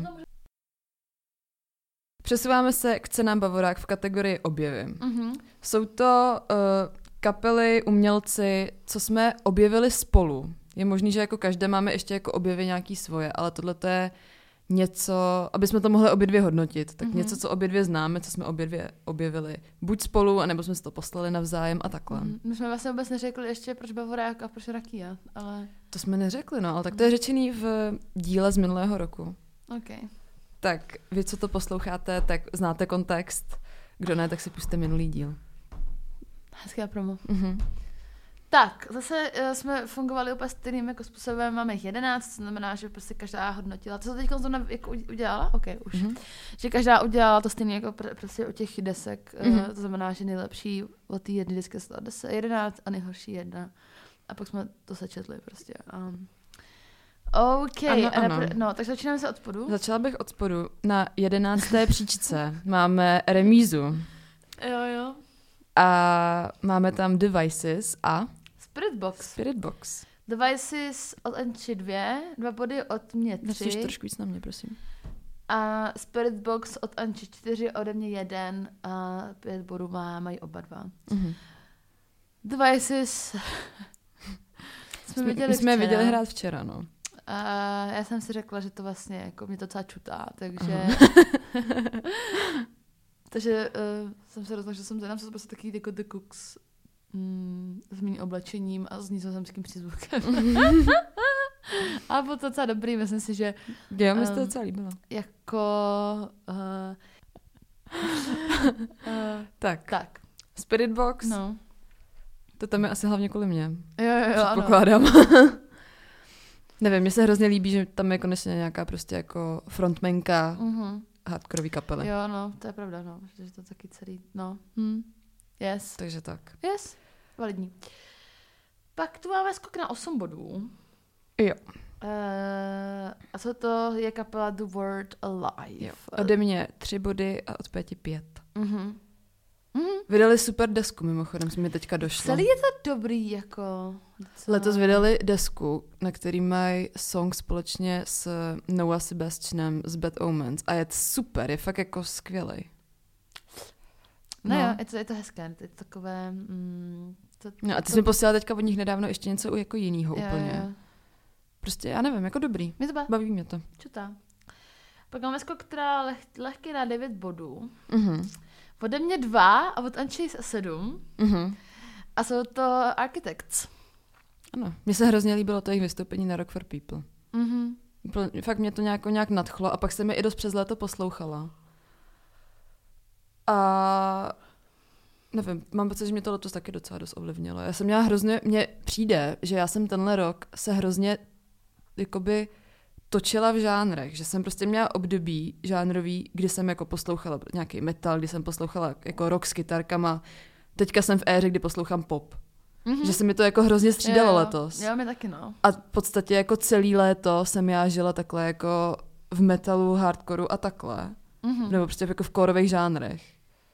Přesouváme se k cenám Bavorák v kategorii objevy. Mhm. Jsou to uh, kapely, umělci, co jsme objevili spolu. Je možný, že jako každé máme ještě jako objevy nějaký svoje, ale tohle to je něco, aby jsme to mohli obě dvě hodnotit, tak Mhm. něco, co obě dvě známe, co jsme obě dvě objevili. Buď spolu, anebo jsme si to poslali navzájem a takhle. Mhm. My jsme vlastně vůbec neřekli ještě, proč Bavorák a proč Rakia, ale To jsme neřekli, no, ale tak to je řečený v díle z minulého roku. OK. Tak vy, co to posloucháte, tak znáte kontext. Kdo ne, tak si pusťte minulý díl. Hezká promo. Mhm. Tak, zase uh, jsme fungovali úplně stejným jako způsobem, máme jich jedenáct, to znamená, že prostě každá hodnotila. To, co teď to ne, jako udělala? OK, už. Mhm. Že každá udělala to stejně jako pr- prostě u těch desek, Mhm. uh, to znamená, že nejlepší od té jedné desky stalo deset, jedenáct a nejhorší jedna. A pak jsme to sečetli prostě. Um. OK, Ano, a ano. nepr- no, tak začínáme se od spodu. Začala bych od spodu. Na jedenácté příčce máme remízu. Jo, jo. A máme tam Devices a Spirit Box. Spirit Box. Devices od Anči dvě, dva body od mě Nechceš tři. trošku víc na mě, prosím. A Spirit Box od Anči čtyři, ode mě jeden a pět bodů má, mají oba dva. Mhm. Devices jsme viděli My jsme je včera. viděli hrát včera, no. A já jsem si řekla, že to vlastně jako mě to docela čutá, takže takže uh, jsem se rozhodla, že jsem tam prostě taky jako The Cooks mm, s mým oblečením a s nizozemským přízvukem. A bylo to docela dobrý, myslím si, že Jo, mi se to Um, docela líbilo. jako uh, uh, Tak, tak, Spirit Box, no. to tam je asi hlavně kvůli mě. Jo, jo, jo, ano. Předpokládám. Nevím, mně se hrozně líbí, že tam je konečně nějaká prostě jako frontmanka Uh-huh. hardcoreový kapely. Jo, no, to je pravda, no, že to taky celý, no. Hm. Yes. Takže tak. Yes, validní. Pak tu máme skok na osm bodů. Jo. Uh, a co to je kapela The Word Alive. Jo. Ode mě tři body a od Péti pět. Uh-huh. Uh-huh. Vydali super desku, mimochodem, jsme mi teďka došlo. Celý je to dobrý, jako... docela. Letos vydali desku, na který mají song společně s Noah Sebastianem z Bad Omens a je super, je fakt jako skvělej. No, No. jo, je to, je to hezké, je to takové... Mm, to, No a ty to, jsi mi posílala teďka od nich nedávno ještě něco jako jinýho jo, úplně. Jo. Prostě já nevím, jako dobrý. Mě to baví. Baví mě to. Čutá. Pak máme skok, která leh, lehký na devět bodů. Mhm. Ode mě dva a od Anči sedm. Mhm. A jsou to Architects. Ano, mně se hrozně líbilo to jejich vystoupení na Rock for People. Mhm. Úplně- Fakt mě to nějak, nějak nadchlo a pak jsem je i dost přes léto poslouchala. A nevím, mám pocit, že mě to letos taky docela dost ovlivnilo. Já jsem měla hrozně, mně přijde, že já jsem tenhle rok se hrozně jakoby točila v žánrech, že jsem prostě měla období žánrový, kdy jsem jako poslouchala nějaký metal, kdy jsem poslouchala jako rock s kytarkama. Teďka jsem v éře, kdy poslouchám pop. Mm-hmm. Že se mi to jako hrozně střídalo jo, jo. letos. Jo, mi taky, no. A v podstatě jako celý léto jsem já žila takhle jako v metalu, hardcoreu a takhle. Mm-hmm. Nebo prostě jako v kórových žánrech.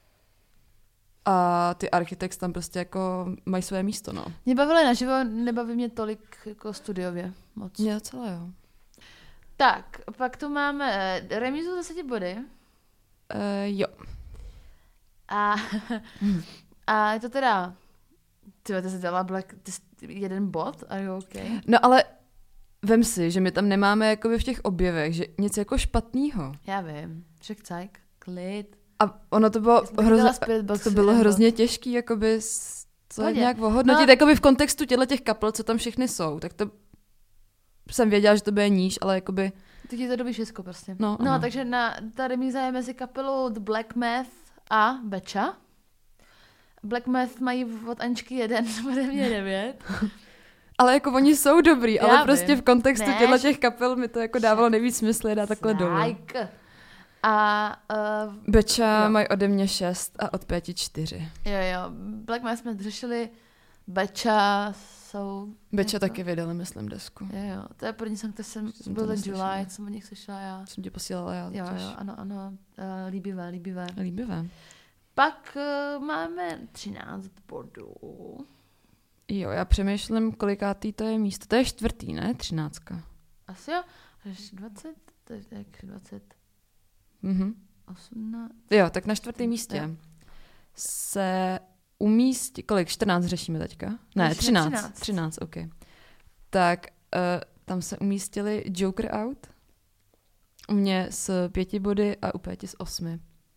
A ty Architects tam prostě jako mají své místo, no. Mě bavily naživo, nebaví mě tolik jako studiově moc. Mě docela, jo. Tak, pak tu máme remízu za deseti body. Uh, jo. A, a je to teda, tyhle, ty jsi dala Black, ty jsi jeden bod, are you okay? No ale vem si, že my tam nemáme jakoby v těch objevech, že nic jako špatného. Já vím, však cajk, klid. A ono to bylo, hrozně, box, to bylo hrozně těžký, jakoby to Hodě. nějak ohodnotit, no. Jakoby v kontextu těchto těch kapel, co tam všechny jsou, tak to jsem věděla, že to bude níž, ale jakoby... Ty ti to dobí všechno prostě. No, no ano. takže na, ta remíza je mezi kapelou The Black Math a Beča. Black Math mají od Aničky jeden, ode mě devět. Ale jako oni jsou dobrý, Já ale vím. prostě v kontextu Ne, těchto těch kapel mi to jako dávalo nejvíc smysl, je dát takhle dolů. A uh, Beča jo. mají ode mě šest a od pěti čtyři. Jo, jo. Black Math jsme řešili, Beča jsou... Beča taky vydali, myslím, desku. Jo, jo. To je první song, který jsem, jsem byl to ten neslyšela. July, co jsem od nich slyšela já. Jsem tě posílala já. Jo, totiž. jo, ano, ano. Uh, líbivé, líbivé. Líbivé. Pak uh, máme třináct bodů. Jo, já přemýšlím, kolikátý to je místo. To je čtvrtý, ne? Třináctka. Asi jo. dvacet, to je jak dvacet. Mhm. osmnáct. Jo, tak na čtvrtém místě Jo. se umístí, kolik, čtrnáct řešíme teďka? Ne, Řešíme třináct. třináct. třináct, ok. Tak uh, tam se umístili Joker Out, u mě s pěti body a u Péti s osmi.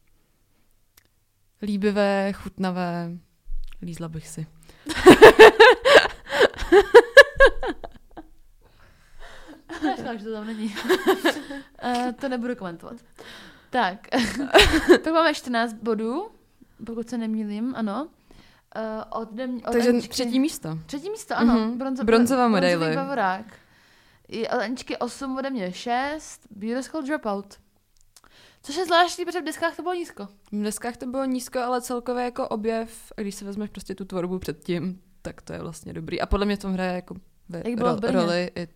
Líbivé, chutnavé, lízla bych si. Až to tam není. uh, to nebudu komentovat. Tak, tak máme čtrnáct bodů, pokud se nemýlím, ano. Uh, od dem, od Takže Aničky, třetí místo. Třetí místo, ano. Mhm. Bronzo, Bronzová medaile. Bronzový bavorák. I od Aničky osm, ode mě šest. Beautiful Dropout. Což je zvláštní, protože v deskách to bylo nízko. V deskách to bylo nízko, ale celkově jako objev, a když si vezmeš prostě tu tvorbu předtím, tak to je vlastně dobrý. A podle mě v tom hraje jako ve Jak bylo v ro- Brně? roli i...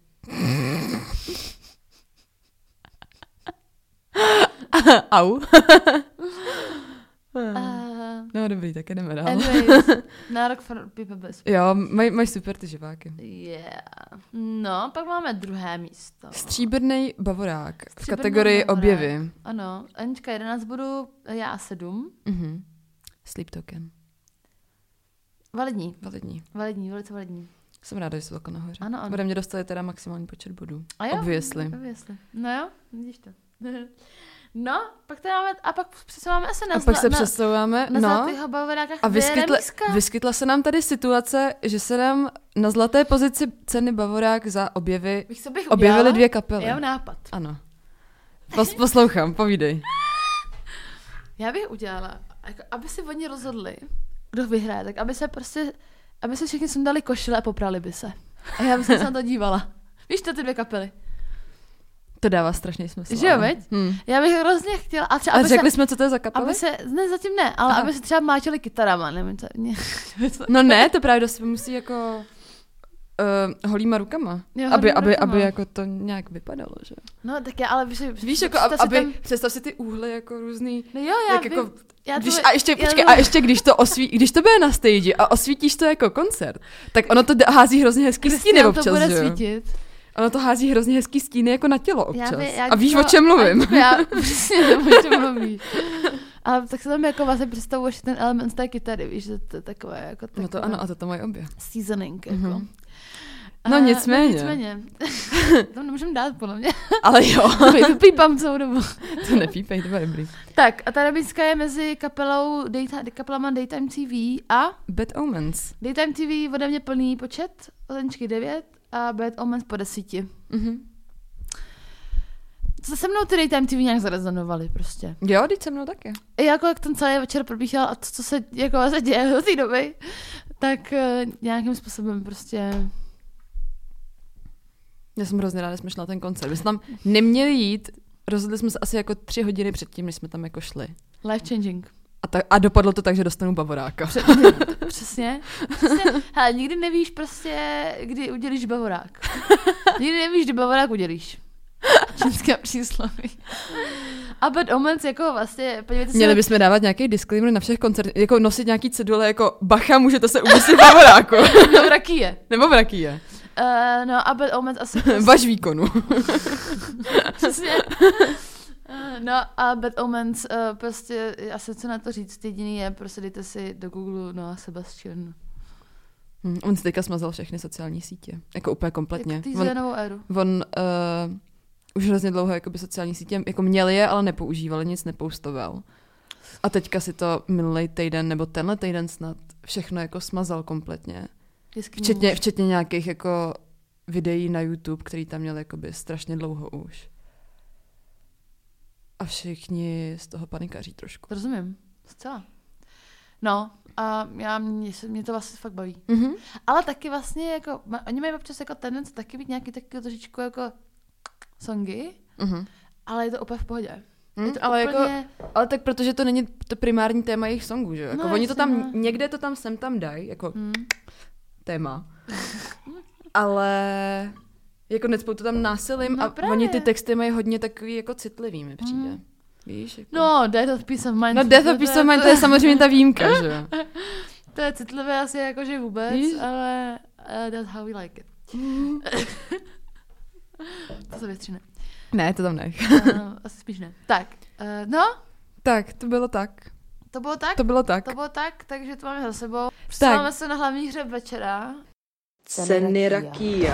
Au. Uh, No dobrý, tak jdeme dál. anyways, nárok for People Bliss. Jo, mají maj super ty živáky. Yeah. No, pak máme druhé místo. Stříbrný bavorák v Stříbrný kategorii bavorák. objevy. Ano, Anička jedenáct bodů, já sedm. Mhm. Sleep Token. Validní, Validní. validní, velice validní. Jsem ráda, že jsou takhle nahoře. Ano, ano. Ode mě dostali teda maximální počet bodů. A jo? Obviously. Obviously. No jo, vidíš to. No, pak tady máme, a pak přesouváme se na, A pak se na, přesouváme, na no. zlatých bavorákách A vyskytla, remízka. vyskytla se nám tady situace, že se nám na zlaté pozici ceny Bavorák za objevy Bych se bych objevily udělala, dvě kapely. Já mám nápad. Ano. Pos, poslouchám, povídej. Já bych udělala, jako, aby si oni rozhodli, kdo vyhraje, tak aby se prostě, aby se všichni sundali košile a poprali by se. A já bych se na to dívala. Víš to, ty dvě kapely? To dává strašný smysl. Že jo, ale- veď? Hmm. Já bych hrozně chtěla, a třeba, A aby řekli se, jsme, co to je za kapely? aby se, ne, zatím ne, ale Aha. aby se třeba mlátili kytarama, nevím, co, mě, No ne, to právě dost musí jako uh, holýma rukama. Jo, aby, holýma aby, rukama. aby jako to nějak vypadalo, že? No, tak já, ale víš, Víš, jako, představ si aby, tam- představ si ty úhly jako různý. No jo, já jak vím, jako, já to, když, a ještě, já počkej, to- a ještě když to osví, když to bude na stage a osvítíš to jako koncert, tak ono to d- hází hrozně hezký Přesně stíny nám to občas, bude že jo? svítit. Ono to hází hrozně hezký stíny jako na tělo občas. Já by, já a víš, to, o čem mluvím? Aničko, já přesně nevím, o čem mluvíš. Ale tak se tam jako vlastně představuješ ten element z té kytary, víš, že to je takové jako takové No to ano, a to to mají obě. seasoning, jako. Mhm. A- No nicméně. No nicméně. To nemůžeme dát, podle mě. Ale jo, Vypípám celou dobu. to nepípej, to bude dobrý. Tak, a ta remízka je mezi kapelou Daytime, kapelama Daytime T V a Bad Omens. Daytime T V ode mě plný počet, od Aničky devět a Bad Omens po desíti. Mhm. Co se mnou ty Daytime T V nějak zarezonovali prostě. Jo, teď se mnou taky. I jako jak ten celý večer probíhal a to, co se jako se děje do té doby, tak uh, nějakým způsobem prostě... Já jsem hrozně ráda, že jsme šli na ten koncert. My jsme tam neměli jít, rozhodli jsme se asi jako tři hodiny předtím, než jsme tam jako šli. Life changing. A, ta, a dopadlo to tak, že dostanu bavoráka. Přesně. Přesně. Hele, nikdy nevíš prostě, kdy udělíš bavorák. Nikdy nevíš, kdy bavorák udělíš. Čínské přísloví. A Bad Omens, jako vlastně, podívejte se... Měli bychom dávat nějaký disclaimer na všech koncertech, jako nosit nějaký cedule, jako bacha, můžete se umístit v bavoráku. Nebo v rakije. Nebo v rakije. Uh, no a Bad Omens asi... Prostě... Vaš výkonu. Přesně. Uh, no a Bad Omens, uh, prostě, asi co na to říct, jediný je, prostě dejte si do Google Noah Sebastian. Hmm, on si teďka smazal všechny sociální sítě. Jako úplně kompletně. Jak týzuje novou éru. On uh, už hrozně dlouho jakoby sociální sítě, jako měl je, ale nepoužíval, nic nepoustoval. A teďka si to minulý týden, nebo tenhle týden snad, všechno jako smazal kompletně. Včetně, včetně nějakých jako videí na YouTube, který tam měl jakoby strašně dlouho už. A všichni z toho panikaří trošku. Rozumím. Zcela. No, a já, mě, mě to vlastně fakt baví. Mm-hmm. Ale taky vlastně, jako, oni mají občas jako tendenci taky být nějaký taky trošičku jako songy, Mm-hmm. ale je to úplně v pohodě. Mm, je to ale, úplně... jako, ale tak protože to není to primární téma jejich songů, že jo? Jako no, oni to tam, no. někde to tam sem tam dají, jako mm. téma. Ale jako necpou to tam násilím no, a právě. oni ty texty mají hodně takový jako citlivý, mi přijde. Mm. Víš? Jako... No, Death of Peace of Mind. No Death of Peace of Mind, to je samozřejmě ta výjimka, že jo? To je citlivé asi jakože vůbec, Víš? ale uh, that's how we like it. Mm. To se vystříne. Ne, to tam nech. uh, asi spíš ne. Tak, uh, no. Tak, to bylo tak. To bylo tak? To bylo tak. To bylo tak, takže to máme za sebou. Přestáváme se na hlavní hře večera. Ceny rakia.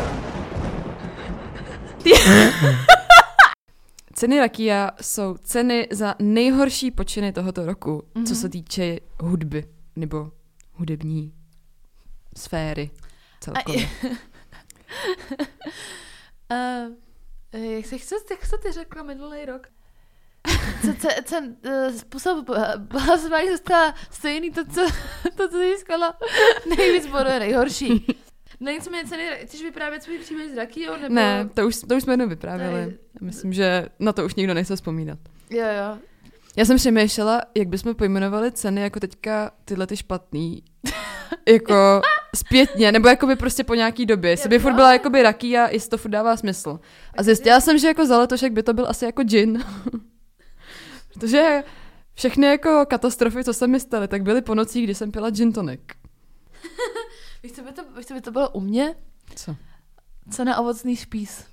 Ceny rakia jsou ceny za nejhorší počiny tohoto roku, mm-hmm. co se týče hudby nebo hudební sféry celkově. uh, jak se chce, jak se ty řekla minulý rok? Ten způsob hlasování dostala stejný to, co, to, co získala. Nejvíc bodu je nejhorší. No nicméně ceny, chceš vyprávět svůj příběh z Rakijou? Nebo... Ne, to už, to už jsme jednou vyprávěli. Tady... Myslím, že na to už nikdo nechce vzpomínat. Jo, jo. Já jsem přemýšlela, jak bychom pojmenovali ceny jako teďka tyhle ty špatný. Jako zpětně, nebo jakoby prostě po nějaký době. Jestli by furt byla jakoby Rakia, jestli to furt dává smysl. A zjistila jsem, že jako za letošek by to byl asi jako gin. Protože všechny jako katastrofy, co se mi staly, tak byly po nocích, kdy jsem pila gin tonic. Víš, co by to, víš, co by to bylo u mě? Co? Cena ovocný špís.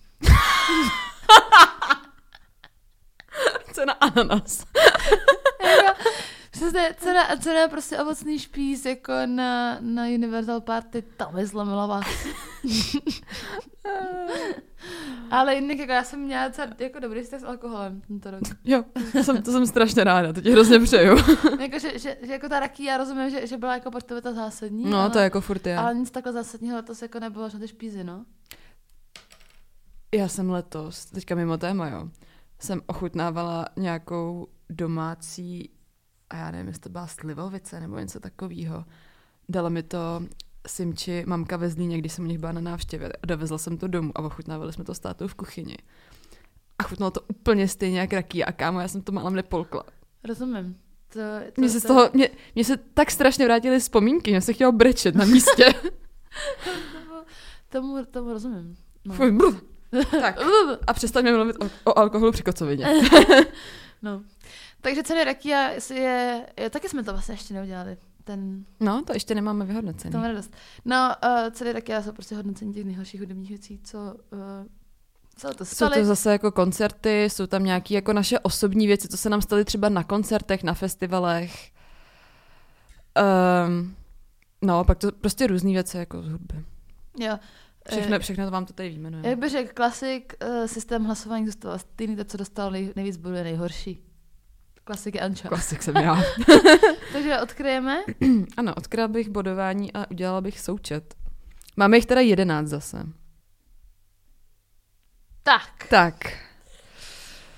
Cena ananas. Přesně, cena, cena prostě ovocný špís jako na, na Universal Party, tam je zlomila vás. Ale jinak jako já jsem měla docela jako dobrý vztah s alkoholem tento rok. Jo, to jsem, to jsem strašně ráda, to ti hrozně přeju. jako, že, že, že jako ta Rakia, já rozumím, že, že byla jako pro tebe ta zásadní. No, ale, to je jako furt je. Ale nic takhle zásadního letos jako nebylo, že ty špízy, no. Já jsem letos, teďka mimo téma, jo, jsem ochutnávala nějakou domácí, a já nevím, jestli to byla slivovice nebo něco takového. Dala mi to Simči, mamka ve Zlíně, když jsem u nich byla na návštěvě. A dovezla jsem to domů a ochutnávali jsme to s tátou v kuchyni. A chutnalo to úplně stejně jak rakia a kámo, já jsem to málem nepolkla. Rozumím. To, to, mně se, to... z toho, mě, mě se tak strašně vrátily vzpomínky, mě se chtělo brečet na místě. tomu, tomu, tomu rozumím. No. Fuj, tak. A přestaňme mluvit o, o alkoholu při kocovině. No. Takže ceny rakia je, je, taky jsme to vlastně ještě neudělali. Ten... No, to ještě nemáme vyhodnocení. To máme dost. No, uh, ceny rakia jsou prostě hodnocení těch nejhorších hudebních věcí, co, uh, co to staly. Jsou to zase jako koncerty, jsou tam nějaké jako naše osobní věci, co se nám staly třeba na koncertech, na festivalech. Um, no, pak to prostě různý věci jako z hudby. Jo. Všechno, všechno to vám to tady vyjmenuje. Jak by řekl klasik, uh, systém hlasování dostal stejný, to, co dostal nej, nejvíc bodů, je nejhorší. Klasik je Anča. Klasik jsem já. Takže odkryjeme. Ano, odkryla bych bodování a udělala bych součet. Máme jich teda jedenáct zase. Tak. Tak.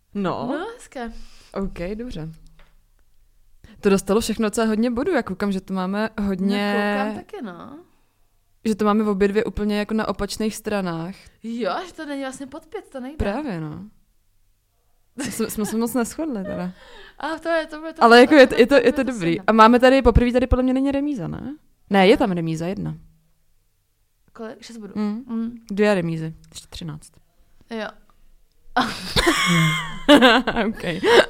No. No, hezké. OK, dobře. To dostalo všechno docela hodně bodů, já koukám, že to máme hodně... No, koukám taky, no. Že to máme v obě dvě úplně jako na opačných stranách. Jo, že to není vlastně pod pět, to nejde. Právě, no. Jsme, jsme se moc neschodli teda. A to je, to je to. Ale jako je, to, je to, je to dobrý. A máme tady, poprvé tady podle mě není remíza, ne? Ne, je tam remíza, jedna. Kolik? Šest bodů. Mm. Mm. Dvě remízy, ještě třináct. Jo. OK.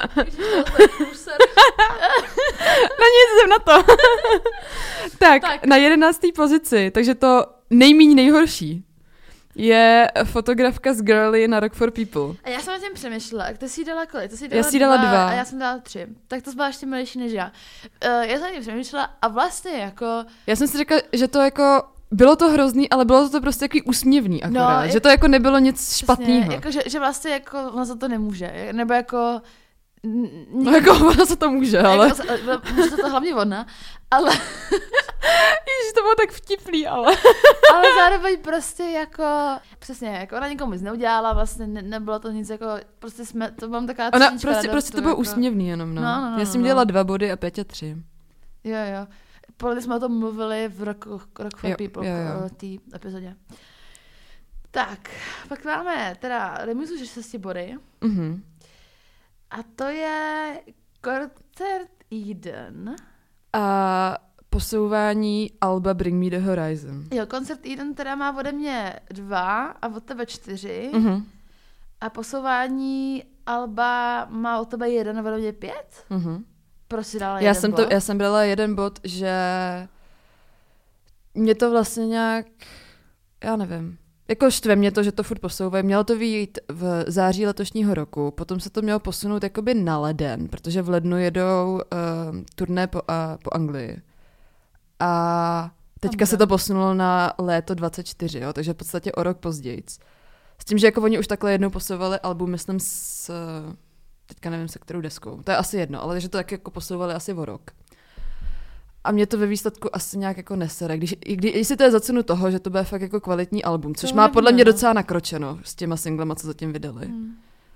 No nic, jsem na to. tak, tak, na jedenácté pozici, takže to nejméně nejhorší, je fotografka z Girly na Rock for People. A já jsem na tím přemýšlela, ty jsi dala kolik? Ty jsi dala já si dala dva, dva a já jsem dala tři. Tak to byla ještě milejší než já. Uh, já jsem na tím přemýšlela a vlastně jako... Já jsem si řekla, že to jako... Bylo to hrozný, ale bylo to prostě takový úsměvný akorát. No, že to jako nebylo nic špatného. Jako, že, že vlastně jako ona za to nemůže. Nebo jako... N- no jako ona za to může, ale... Jako, může to hlavně ona, ale... Ježiš, to bylo tak vtipný, ale... ale zároveň prostě jako... Přesně, jako ona nikomu nic neudělala, vlastně ne, nebylo to nic jako... Prostě jsme, to mám taková... Ona prostě, prostě to bylo jako... úsměvný jenom, no. no, no, no Já jsem no. dělala dva body a Péťa tři. Jo, jo. Podle jsme o tom mluvili v Rock, rock for jo, People, jo, jo. té epizodě. Tak, pak máme teda remizu šesti body. Mhm. A to je koncert Eden. A posouvání alba Bring Me The Horizon. Jo, koncert Eden teda má ode mě dva a od tebe čtyři. Mhm. A posouvání alba má od tebe jeden a ode mě pět. Mhm. Prostě dala já jeden jsem bod. To, já jsem brala jeden bod, že mě to vlastně nějak, já nevím, jako štve mě to, že to furt posouvají. Mělo to vyjít v září letošního roku, potom se to mělo posunout jakoby na leden, protože v lednu jedou uh, turné po, uh, po Anglii. A teďka Dobře. se to posunulo na léto dvacet čtyři, jo, takže v podstatě o rok později. S tím, že jako oni už takhle jednou posouvali album, myslím, s... teďka nevím se kterou deskou, to je asi jedno, ale že to tak jako posouvali asi o rok. A mě to ve výsledku asi nějak jako nesere, když, i když, jestli to je za cenu toho, že to bude fakt jako kvalitní album, což to má nevím, podle mě no. docela nakročeno s těma singlema, co zatím vydali, Hmm.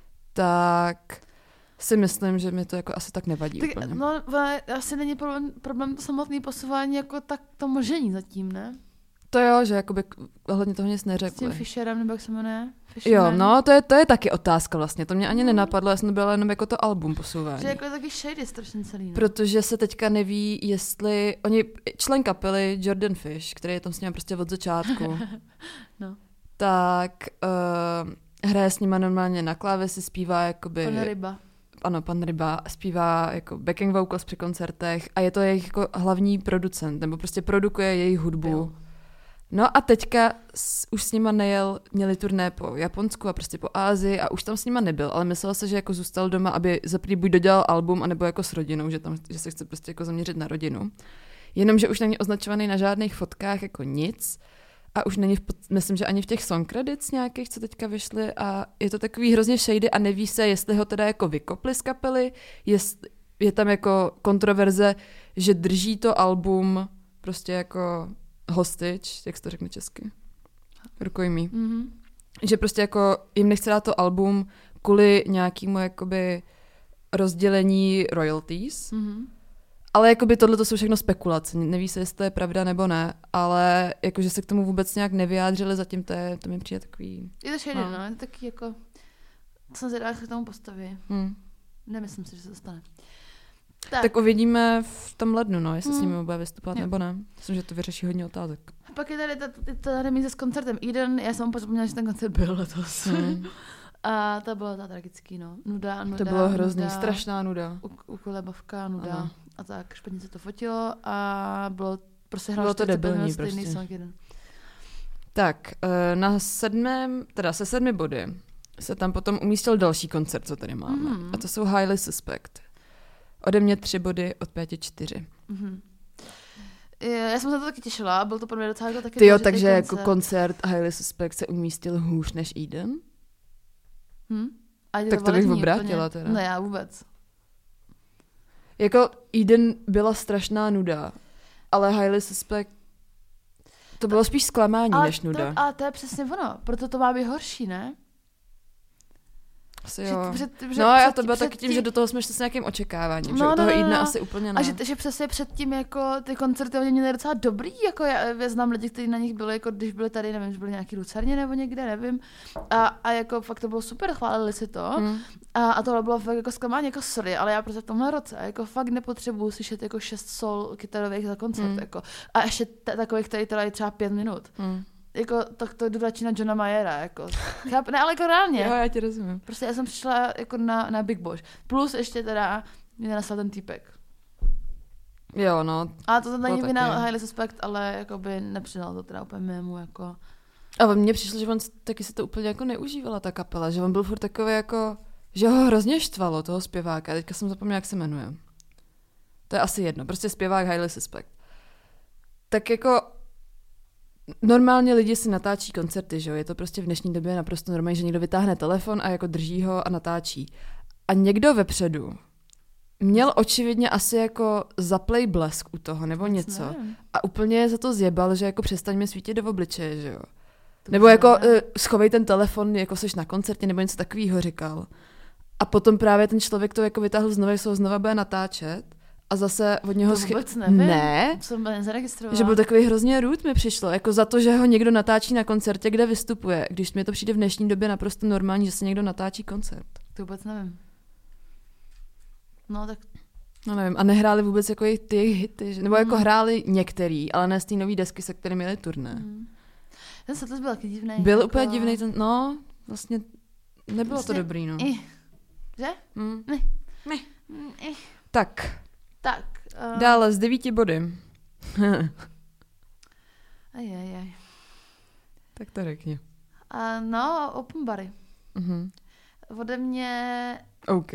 tak si myslím, že mi to jako asi tak nevadí Tak, úplně. no, asi není problém, problém to samotné posouvání, jako tak to možení zatím, ne? To jo, že jakoby ohledně toho nic S tím neřekli. Fisherem, nebo jak se jmenuje? Jo, Fisherman. no, to je, to je taky otázka vlastně, to mě ani Mm. nenapadlo, já jsem byla jenom jako to album posouvání. Že jako je taky shady strašně celý, ne? Protože se teďka neví, jestli... Oni, člen kapely Jordan Fish, který je tam s nimi prostě od začátku, no. tak uh, hraje s nima normálně na klávesi, zpívá jakoby... Pan Ryba. Ano, pan Ryba zpívá jako backing vocals při koncertech a je to jejich jako hlavní producent, nebo prostě produkuje jejich hudbu. Jo. No a teďka s, už s nima nejel, měli turné po Japonsku a prostě po Ázii a už tam s nima nebyl, ale myslel se, že jako zůstal doma, aby zaprý buď dodělal album, anebo jako s rodinou, že tam že se chce prostě jako zaměřit na rodinu. Jenomže už není označovaný na žádných fotkách jako nic a už není, v, myslím, že ani v těch song credits nějakých, co teďka vyšly a je to takový hrozně shady a neví se, jestli ho teda jako vykopli z kapely, jest, je tam jako kontroverze, že drží to album prostě jako hostage, jak se to řekne česky? Rukojmí. Mm-hmm. Že prostě jako jim nechce dát to album kvůli nějakému jakoby rozdělení royalties, Mm-hmm. ale jakoby tohle to jsou všechno spekulace, neví se, jestli to je pravda nebo ne, ale jakože se k tomu vůbec nějak nevyjádřili, zatím to, je, to mi přijde takový... Je to shady, no. no. Je to taky jako... Jsem zvědavá, jak se k tomu postaví. Hmm. Nemyslím si, že se to stane. Tak. tak uvidíme v tom lednu, no, jestli Hmm. s nimi bude vystupovat Jo. nebo ne. Myslím, že to vyřeší hodně otázek. Pak je tady ta, ta remíze s koncertem Eden, já jsem pozapomněla, že ten koncert byl letos. Hmm. A to bylo ta tragický, no. Nuda, nuda, To bylo hrozný, nuda, strašná nuda. U, ukulebovka, nuda. Ano. A tak, špatně se to fotilo a bylo prostě hrálo Bylo to debilní stejný prostě. song jeden. Tak, eh, na sedmém, teda se sedmi body, se tam potom umístil další koncert, co tady máme. Mhm. A to jsou Highly Suspect. Ode mě tři body, od Péti čtyři. Mhm. Já jsem se to taky těšila, byl to pro mě docela jako taky Ty jo, důležitý takže koncert. jako koncert Highly Suspect se umístil hůř než Eden? Hm? A je Tak to bych validní obrátila úplně. teda. Ne, já vůbec. Jako Eden byla strašná nuda, ale Highly Suspect to bylo spíš zklamání Ale než nuda. To, ale to je přesně ono, proto to má být horší, ne? Asi jo. Že, před, že no já před, to bylo před taky tím, tím, že do toho jsme šli s nějakým očekáváním, no, že u toho no, no, jídna no. asi úplně ne. A že, že přesně předtím jako ty koncerty oni měli docela dobrý, jako já, já znám lidi, kteří na nich byli, jako když byli tady, nevím, že byli nějaký Lucerně nebo někde, nevím. A, a jako fakt to bylo super, chválili si to. Hmm. A, a tohle bylo fakt jako zklamání, jako sorry, ale já prostě v tomhle roce jako fakt nepotřebuju slyšet jako šest sol kytarových za koncert, hmm. jako. A ještě t- takových, který trvají třeba pět minut. Hmm. Jako, tak to jdu radši na Johna Mayera, jako. Chápu, ne, ale jako reálně. Jo, já ti rozumím. Prostě já jsem přišla jako na, na Big Boss. Plus ještě teda mě nastal ten týpek. Jo, no. A to není vina Highly Suspect, ale jakoby nepřidal to teda úplně mému, jako. A mně přišlo, že on taky si to úplně jako neužívala, ta kapela, že on byl furt takový jako, že ho hrozně štvalo, toho zpěváka. Teďka jsem zapomněla, jak se jmenuje. To je asi jedno, prostě zpěvák Highly Suspect. Tak jako normálně lidi si natáčí koncerty, že jo? Je to prostě v dnešní době naprosto normální, že někdo vytáhne telefon a jako drží ho a natáčí. A někdo vepředu měl očividně asi jako zaplej blesk u toho, nebo něco. Ne. A úplně je za to zjebal, že jako přestaň mi svítit do obličeje, že jo? To nebo jako ne. Schovej ten telefon, jako seš na koncertě, nebo něco takového říkal. A potom právě ten člověk to jako vytáhl znovu, že ho znova bude natáčet. A zase od něho... To vůbec nevím. Ne. Jsem nezaregistrovala. Že byl takový hrozně rude mi přišlo. Jako za to, že ho někdo natáčí na koncertě, kde vystupuje. Když mi to přijde v dnešní době naprosto normální, že se někdo natáčí koncert. To vůbec nevím. No tak... No nevím. A nehráli vůbec jako ty jejich hity. Nebo jako mm. hráli některý, ale ne z té nový desky, se kterými měli turné. Mm. Ten Setlist byl taky divný. Byl jako... úplně divný. Ten, no, vlastně nebylo vlastně... to dobrý, no. I. Že? Mm. Ne. Ne. I. Tak. Tak. Uh... Dále z devíti body. aj, aj, aj. Tak to řekni. Uh, no, open bary. Uh-huh. Ode mě... OK.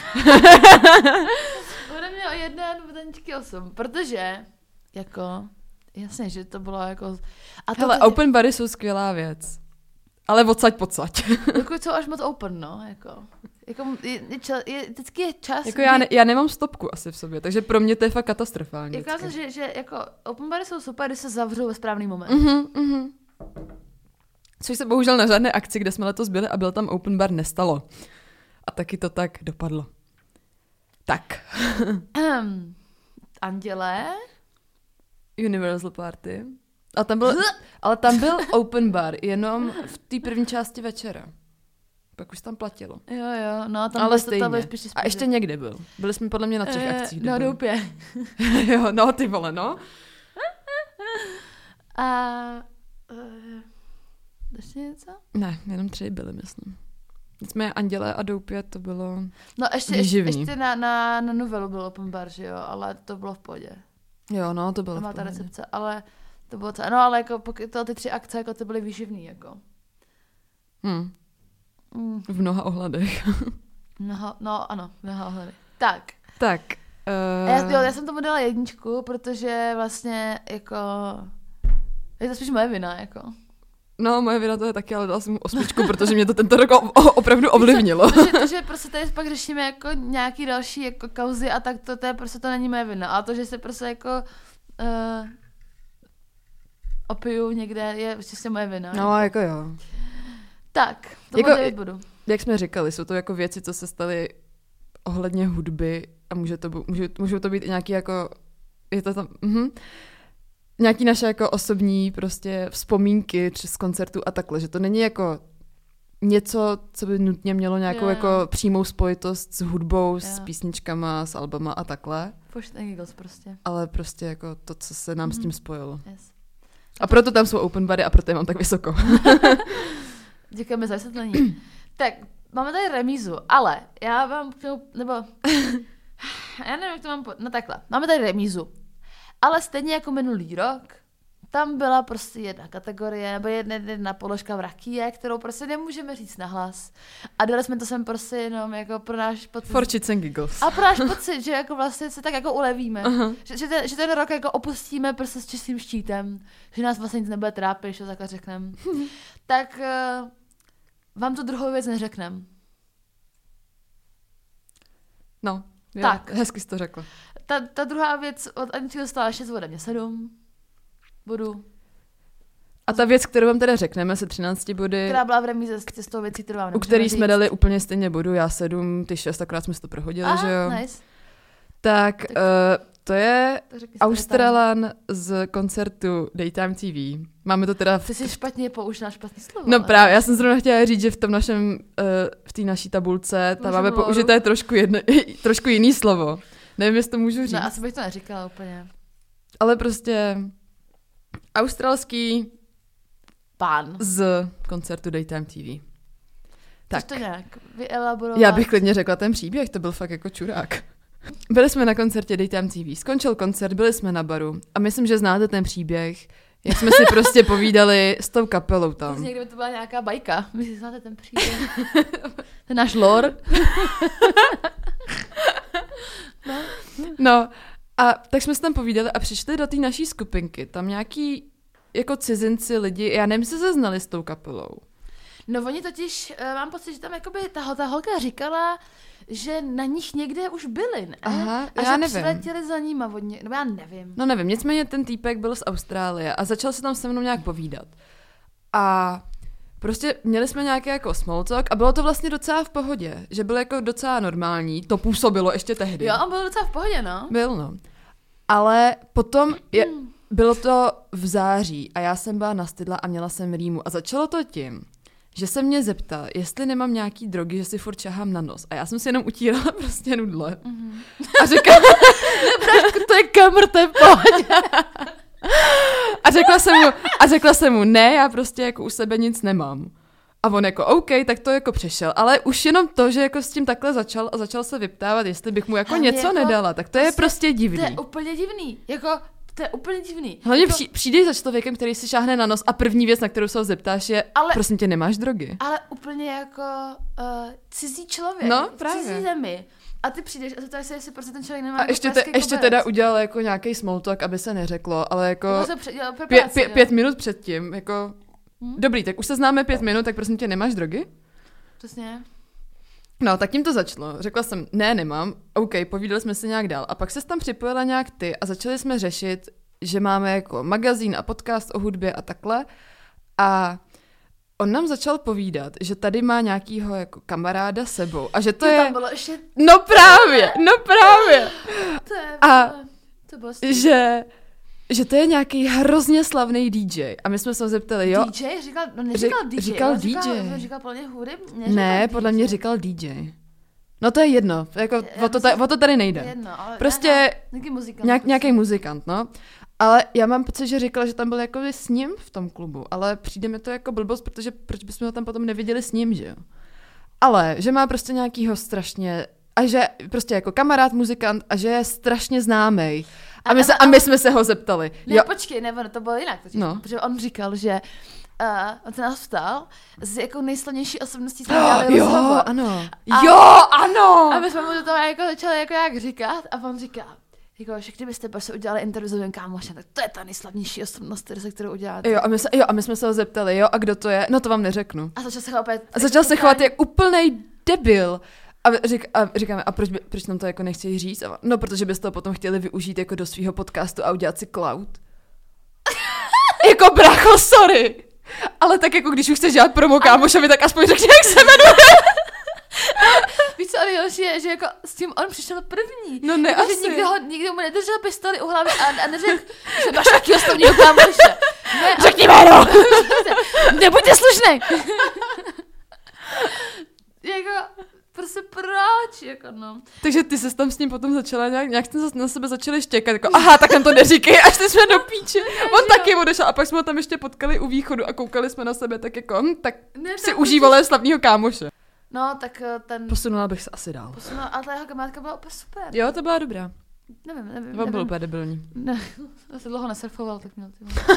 Ode mě o jeden bodaničky osm, protože jako, jasně, že to bylo jako... A hele, teď... open bary jsou skvělá věc. Ale odsaď pocať. Dokud jsou až moc open, no, jako... Jako je, je, čas, je, vždycky je čas... Jako já, ne, já nemám stopku asi v sobě, takže pro mě to je fakt katastrofální. Jako to, že, že jako open bary jsou super, když se zavřou ve správný moment. Uh-huh, uh-huh. Což se bohužel na žádné akci, kde jsme letos byli a byl tam open bar, nestalo. A taky to tak dopadlo. Tak. Um, Anděle. Universal Party. A tam byl, ale tam byl open bar jenom v té první části večera. Pak už tam platilo. Jo, jo, no tam ale stejně. To spíš, spíš. A ještě někde byl. Byli jsme podle mě na třech e, akcích. Na Doupě. Jo, no ty vole, no. A... Uh, ještě něco? Ne, jenom tři byly, myslím. Jsme Anděle a Doupě, to bylo No ještě, ještě, ještě na, na, na Novelu byl open bar, že jo, ale to bylo v pohodě. Jo, no, to bylo to v má pohodě. ta recepce, ale to bylo celé, no ale jako pokud to, ty tři akce, jako ty byly výživný, jako. Hmm. Mm. V mnoha ohledech. Mnoha, no ano, v mnoha ohledech. Tak. Tak. Uh... Já, jo, já jsem tomu dala jedničku, protože vlastně jako, je to spíš moje vina, jako. No, moje vina to je taky, ale dala jsem mu osmičku, protože mě to tento rok o, opravdu ovlivnilo. To, že, to, že prostě tady pak řešíme jako nějaký další jako kauzy a tak to, to je prostě to není moje vina. A to, že se prostě jako uh, opiju někde, je prostě moje vina. No, jako, jako jo. Tak, to jako, devět bodů. Jak jsme říkali, jsou to jako věci, co se staly ohledně hudby a může to, může, můžou to být i nějaký jako, je to tam, mhm. nějaký naše jako osobní prostě vzpomínky z koncertu a takhle, že to není jako něco, co by nutně mělo nějakou yeah. jako přímou spojitost s hudbou, yeah. s písničkama, s albama a takhle. Pošt Giggles prostě. Ale prostě jako to, co se nám mm-hmm. s tím spojilo. Yes. A proto tam jsou open bary a proto je mám tak vysoko. Děkujeme za vysvětlení. Tak, máme tady remízu, ale já vám, nebo já nevím, jak to mám, po... no takhle, máme tady remízu. Ale stejně jako minulý rok, tam byla prostě jedna kategorie, nebo jedna, jedna položka v rakie, kterou prostě nemůžeme říct nahlas. A dali jsme to sem prostě jenom jako pro náš pocit. For shits and giggles. A pro náš pocit, že jako vlastně se tak jako ulevíme. Uh-huh. Že, že, ten, že ten rok jako opustíme prostě s čistým štítem, že nás vlastně nic nebude trápit, když to takhle řekneme. Tak uh, vám tu druhou věc neřekneme. No, jo, tak. Hezky jsi to řekla. Ta, ta druhá věc od Aničky dostala šest, ode mě sedm bodů. A ta věc, kterou vám teda řekneme, se třinácti body, Která byla v remíze s, s tou věcí, kterou vám u který jsme dali úplně stejně bodu, já sedm, ty šest, akorát jsme si to prohodili, Aha, že jo? Nice. Tak, Tak- uh, to je To řekni si Australan z koncertu Daytime T V. Máme to teda... V... Ty jsi špatně použila špatný slovo. No ale- právě, já jsem zrovna chtěla říct, že v tom našem, uh, v té naší tabulce, tam Našem máme lóru. použité trošku, jedno, trošku jiný slovo. Nevím, jestli to můžu říct. No, asi bych to neříkala úplně. Ale prostě australský Pán. z koncertu Daytime T V. Tak. Tak, to nějak vyelaborovat. já bych klidně řekla ten příběh, to byl fakt jako čurák. Byli jsme na koncertě Daytime T V, skončil koncert, byli jsme na baru a myslím, že znáte ten příběh, jak jsme si prostě povídali s tou kapelou To tam. někdy by to byla nějaká bajka. Vy si znáte ten příběh. Ten náš lore. No a tak jsme se tam povídali a přišli do té naší skupinky, tam nějaký jako cizinci lidi, já nevím, jestli se znali s tou kapelou. No oni totiž, uh, mám pocit, že tam jakoby ta, ta holka říkala, že na nich někde už byli, ne? Aha, a já že nevím. přiletěli za nima od ně, no já nevím. No nevím, nicméně ten týpek byl z Austrálie a začal se tam se mnou nějak povídat. A prostě měli jsme nějaký jako small talk a bylo to vlastně docela v pohodě, že bylo jako docela normální, to působilo ještě tehdy. Jo, on byl docela v pohodě, no. Byl, no. Ale potom je, bylo to v září a já jsem byla nastydla a měla jsem rýmu a začalo to tím, že se mě zeptal, jestli nemám nějaký drogy, že si furt čahám na nos. A já jsem si jenom utírala prostě nudle. Mm-hmm. A řekla, To je kamr, to je v pohodě. a řekla jsem mu, a řekla jsem mu, ne, já prostě jako u sebe nic nemám. A on jako, OK, tak to jako přešel. Ale už jenom to, že jako s tím takhle začal a začal se vyptávat, jestli bych mu jako Hlavně něco jako, nedala, tak to je prostě divný. To je úplně divný. Jako, to je úplně divný. Hlavně jako, při, přijdeš za člověkem, který si šáhne na nos a první věc, na kterou se ho zeptáš, je, Ale- prosím tě, nemáš drogy? Ale úplně jako uh, cizí člověk. No, v právě. cizí zemi. A ty přijdeš a zeptáš se, jestli prostě ten člověk nemá A jako ještě, te, pražský ještě koberec. teda udělal jako nějaký small talk, aby se neřeklo, ale jako To se pře- dělal pro pě, práci, pě, jo. pět minut předtím, jako Hm? dobrý, tak už se známe pět minut, tak prosím tě, nemáš drogy? Přesně. No, tak tím to začalo. Řekla jsem, ne, nemám. OK, povídali jsme se nějak dál. A pak se tam připojila nějak ty a začali jsme řešit, že máme jako magazín a podcast o hudbě a takhle. A on nám začal povídat, že tady má nějakýho jako kamaráda sebou a že to To je... tam bylo ještě, No právě, no právě. to je, A- to bylo stejný. Že, že to je nějaký hrozně slavný D J. A my jsme se ho zeptali, jo? D J? Říkal, no neříkal Ři- D J. říkal on říkal, D J. on říkal plně hudebně. Ne, neříkal podle D J. mě říkal D J. No to je jedno, jako Já o to, myslím- ta, o to tady nejde. Jedno, ale Prostě aha, nějaký muzikant. Nějak, prostě. nějaký muzikant, no. Ale já mám pocit, že říkal, že tam byl jako s ním v tom klubu, ale přijde mi to jako blbost, protože proč bychom ho tam potom neviděli s ním, že jo? Ale, že má prostě nějakýho strašně, a že prostě jako kamarád, muzikant a že je strašně známý. A my, se, a my jsme se ho zeptali. Ne, Jo, počkej, ne, ono to bylo jinak. Totiž, No. Protože on říkal, že uh, on se nás ptal, z jakou nejslavnější osobností jsme dělali jo, rozhovor. ano. A- Jo, ano. A my jsme mu do toho jako začali jako jak říkat a on říká, jako, že kdybyste prostě udělali interview s mým kámošem, tak to je ta nejslavnější osobnost, se kterou uděláte. Jo a, my se, jo, a my jsme se ho zeptali, jo, a kdo to je? No to vám neřeknu. A začal se chovat opět. A začal se chovat jak úplnej debil. A, řík, a říkáme, a proč, by, proč nám to jako nechtějí říct? A, no, protože byste to potom chtěli využít jako do svého podcastu a udělat si cloud. Jako brácho, sorry. Ale tak jako když už chceš dělat promo kámošovi, tak aspoň řekni, jak se jmenuje. Víš co, ale nejhorší je, že jako s tím on přišel první. No ne, jako, asi. Že nikdo, ho, nikdo mu nedržel pistoli u hlavy a, a neřekl, že máš taky oslovního kámoše. Ne, a- Řekni jméno. Nebuďte slušnej. jako, prostě proč, jako no. Takže ty se tam s ním potom začala nějak, nějak jsme na sebe začali štěkat, jako aha, tak nám to neříkej, až jsme do píče. On taky odešel a pak jsme ho tam ještě potkali u východu a koukali jsme na sebe tak jako, hm, tak Ne, si tak užívali slavního kámoše. No, tak eh, ten... Posunula bych se asi dál. Posunul, ale ta jeho kamarádka byla úplně super. Jo, to byla dobrá. Nevím, nevím, On byl nevím. úplně debilní. Ne, já se dlouho nesurfoval, tak měl ty vole.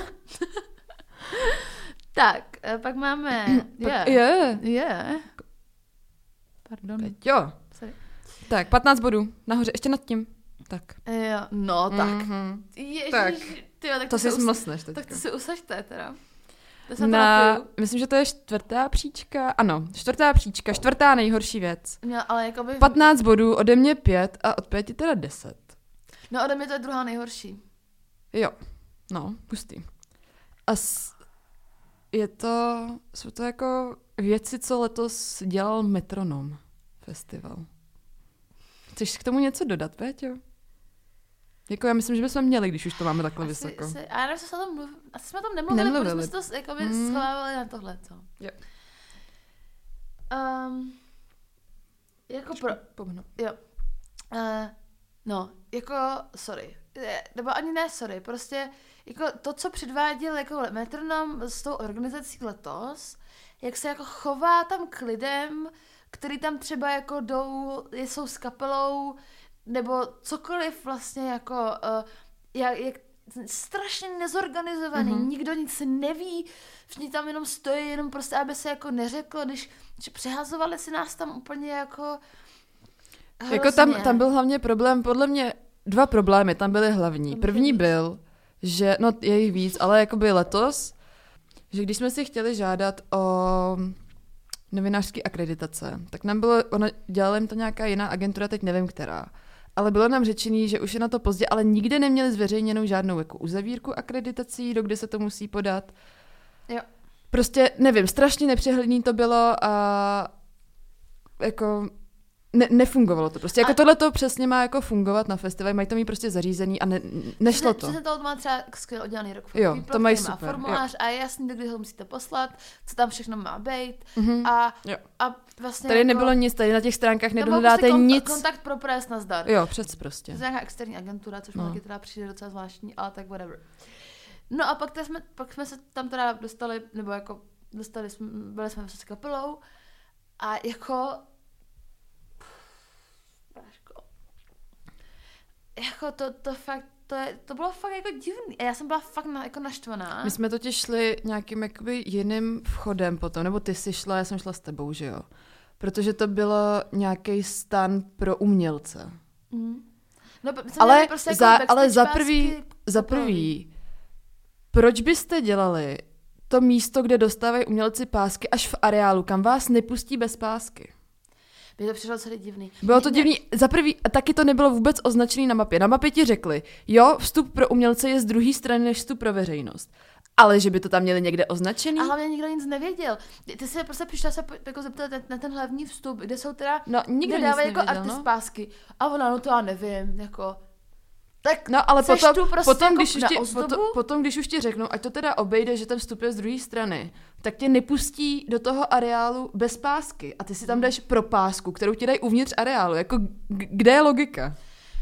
Tak, eh, pak máme... Je. Je. Je. Pardon. Jo. Sorry. Tak, patnáct bodů. Nahoře, ještě nad tím. Tak. Jo, no tak. Mm-hmm. Ježiš, Tak. tyjo, tak To si se us- zmlsneš teď. Tak to si usaďte teda. To se Na, Na... myslím, že to je čtvrtá příčka. Ano, čtvrtá příčka, čtvrtá nejhorší věc. Měl, ale jako by... patnáct bodů, ode mě pět a od pěti teda deset. No ode mě to je druhá nejhorší. Jo, no, pustý. A s, je to, jsou to jako věci, co letos dělal Metronom festival. Chceš k tomu něco dodat, Péťo? Jako já myslím, že bychom měli, když už to máme takhle asi, vysoko. Asi, a já nevím, co se o tom mluv... Asi jsme o tom nemluvili, nemluvili. Protože jsme si to jako mm. schovávali na tohle, co? Yep. Um, jako pro... Pomno. Jo. Uh, no, jako, sorry. Nebo ani ne, sorry. Prostě jako to, co předváděl jako Metronom s tou organizací letos, jak se jako chová tam k lidem, který tam třeba jako jdou, jsou s kapelou, nebo cokoliv vlastně jako, uh, jak, jak strašně nezorganizovaný, mm-hmm. nikdo nic neví, všichni tam jenom stojí, jenom prostě, aby se jako neřeklo, když přehazovali si nás tam úplně jako hrozně. Jako tam, tam byl hlavně problém, podle mě dva problémy tam byly hlavní. První byl, že, no je jich víc, ale jakoby letos, že když jsme si chtěli žádat o novinářské akreditace, tak nám bylo, ono, dělala jim to nějaká jiná agentura, teď nevím která, ale bylo nám řečený, že už je na to pozdě, ale nikde neměli zveřejněnou žádnou jako uzavírku akreditací, do kdy se to musí podat. Jo. Prostě nevím, strašně nepřehledný to bylo a jako ne, nefungovalo to prostě. Jako a... tohle to přesně má jako fungovat na festivalu, mají to mít prostě zařízený a ne, nešlo to. Přesně to má třeba skvěle udělaný rok. Jo, to mají super. Má formulář jo. a je jasný, kdy ho musíte poslat, co tam všechno má být. Mm-hmm. A, jo. a vlastně tady jako... nebylo nic, tady na těch stránkách nedohledáte prostě kont- nic. Kontakt pro press nazdar. Jo, přec prostě. To je nějaká externí agentura, což no. mi teda přijde docela zvláštní, ale tak whatever. No a pak jsme, pak jsme se tam teda dostali, nebo jako dostali jsme, byli jsme s kapelou a jako jako to, to fakt, to, je, to bylo fakt jako divný. A já jsem byla fakt na, jako naštvaná. My jsme totiž šli nějakým jakoby jiným vchodem potom, nebo ty jsi šla, já jsem šla s tebou, že jo? Protože to bylo nějaký stan pro umělce. Mm. No, ale prostě za, jako ale za prvý, za prvý, proč byste dělali to místo, kde dostávají umělci pásky, až v areálu, kam vás nepustí bez pásky? By to přišlo celý divný. Bylo to divný. Za prvý, taky to nebylo vůbec označený na mapě. Na mapě ti řekli, jo, vstup pro umělce je z druhé strany než vstup pro veřejnost. Ale že by to tam měli někde označený? A hlavně nikdo nic nevěděl. Ty se prostě přišla se jako zeptat na ten hlavní vstup, kde jsou teda, no, nikdo kde dávají nic jako nevěděl, artist no? pásky. A ona, no to já nevím, jako... Tak no, ale potom, tu prostě potom, jako když už ti, potom, potom, potom, když už ti řeknou, ať to teda obejde, že ten vstup je z druhé strany, tak tě nepustí do toho areálu bez pásky. A ty si tam jdeš pro pásku, kterou ti dají uvnitř areálu. Jako, g- kde je logika?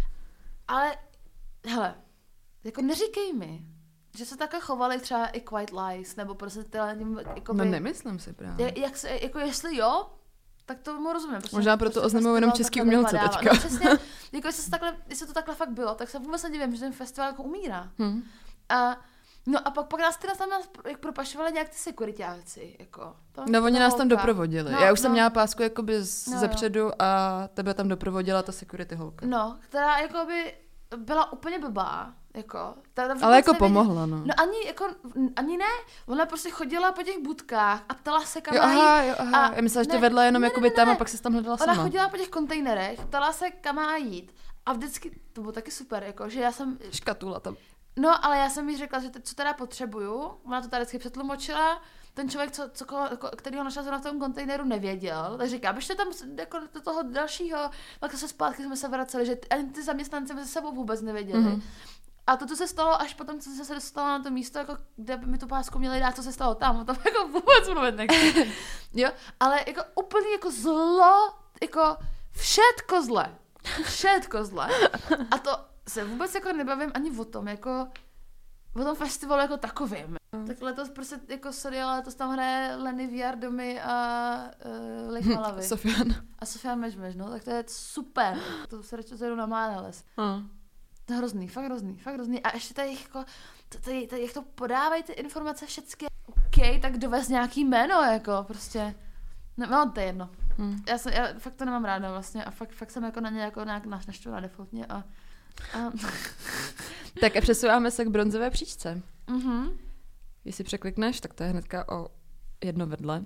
Ale, hele, jako neříkej mi, že se takhle chovali třeba i White Lies, nebo prostě tyhle... Jakoby, no nemyslím si právě. Jak se, jako jestli jo, tak to mu rozumím. Prostě, možná proto prostě oznamují jenom český umělce teďka. No, přesně, jako jestli, takhle, jestli to takhle fakt bylo, tak se vůbec nedivím, že ten festival jako umírá. Hmm. A, no a pak, pak nás teda tam nás jak propašovali nějak ty sekuritáci, jako. To, no oni nás holka. tam doprovodili. No, Já už no. jsem měla pásku jakoby z, no, zepředu a tebe tam doprovodila ta security holka. No, která jakoby byla úplně blbá. Jako, ta, ta ale jako nevěděla. pomohla, no. No ani, jako, ani ne, ona prostě chodila po těch budkách a ptala se, kam jo, má aha, jít. jo, aha. A já myslela, že ne, tě vedla jenom ne, jakoby ne, tam ne. a pak se tam hledala ona sama. chodila po těch kontejnerech, ptala se, kam má jít a vždycky, to bylo taky super, jako, že já jsem... Škatula tam. No, ale já jsem jí řekla, že te, co teda potřebuju, ona to tady vždycky přetlumočila, ten člověk, co, co, který ho našla zrovna v tom kontejneru, nevěděl, tak říká, běžte tam jako do toho dalšího, pak se zpátky jsme se vraceli, že ani ty zaměstnanci mezi sebou vůbec nevěděli. Mm-hmm. A to, co se stalo až potom, co jsem se dostala na to místo, jako, kde by mi tu pásku měli dát, co se stalo tam, tam jako vůbec mluvit nechci. Jo, ale jako úplně jako zlo, jako všetko zle. Všetko zle. A to se vůbec jako nebavím ani o tom, jako o tom festivalu jako takovým. Mm. Tak letos prostě jako sorry, ale letos tam hraje Lenny Viardomy a uh, Lech Malavy. Sofian. A Sofian Mežmež, no, tak to je super. To se radši zajdu na Mláda les. Mm. To je hrozný, fakt hrozný, fakt hrozný. A ještě tady jako, tady, tady jak to podávají ty informace všechny. OK, tak dovez nějaký jméno, jako prostě. No, no to je jedno. Hmm. Já, jsem, já fakt to nemám ráda vlastně a fakt, fakt jsem jako na ně jako nějak naštvaná defaultně a... a... Tak a přesouváme se k bronzové příčce. Mhm. Když si překlikneš, tak to je hnedka o jedno vedle.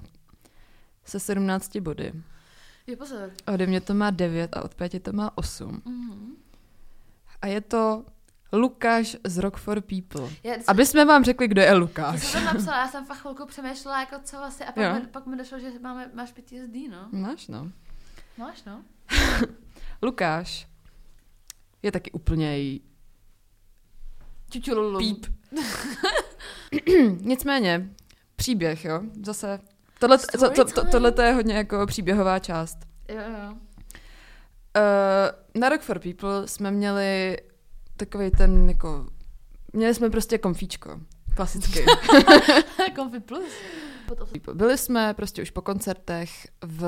Se sedmnácti body. Je pozor. Ode mě to má devět a od Péti to má osm. Mhm. A je to Lukáš z Rock for People. Já, co... Aby jsme vám řekli, kdo je Já Lukáš. jsem to napsala, já jsem fakt chvilku přemýšlela, jako co vlastně, a pak, mi, pak mi došlo, že máme, máš P T S D, no. Máš, no. Máš, no. Lukáš je taky úplně jí... Čučululu. Píp. Nicméně, příběh, jo, zase... Tohle, to, to, to, tohle je hodně jako příběhová část. Jo, jo. Uh, na Rock for People jsme měli takovej ten, jako... Měli jsme prostě konfíčko. Klasicky. Konfi plus. Byli jsme prostě už po koncertech v...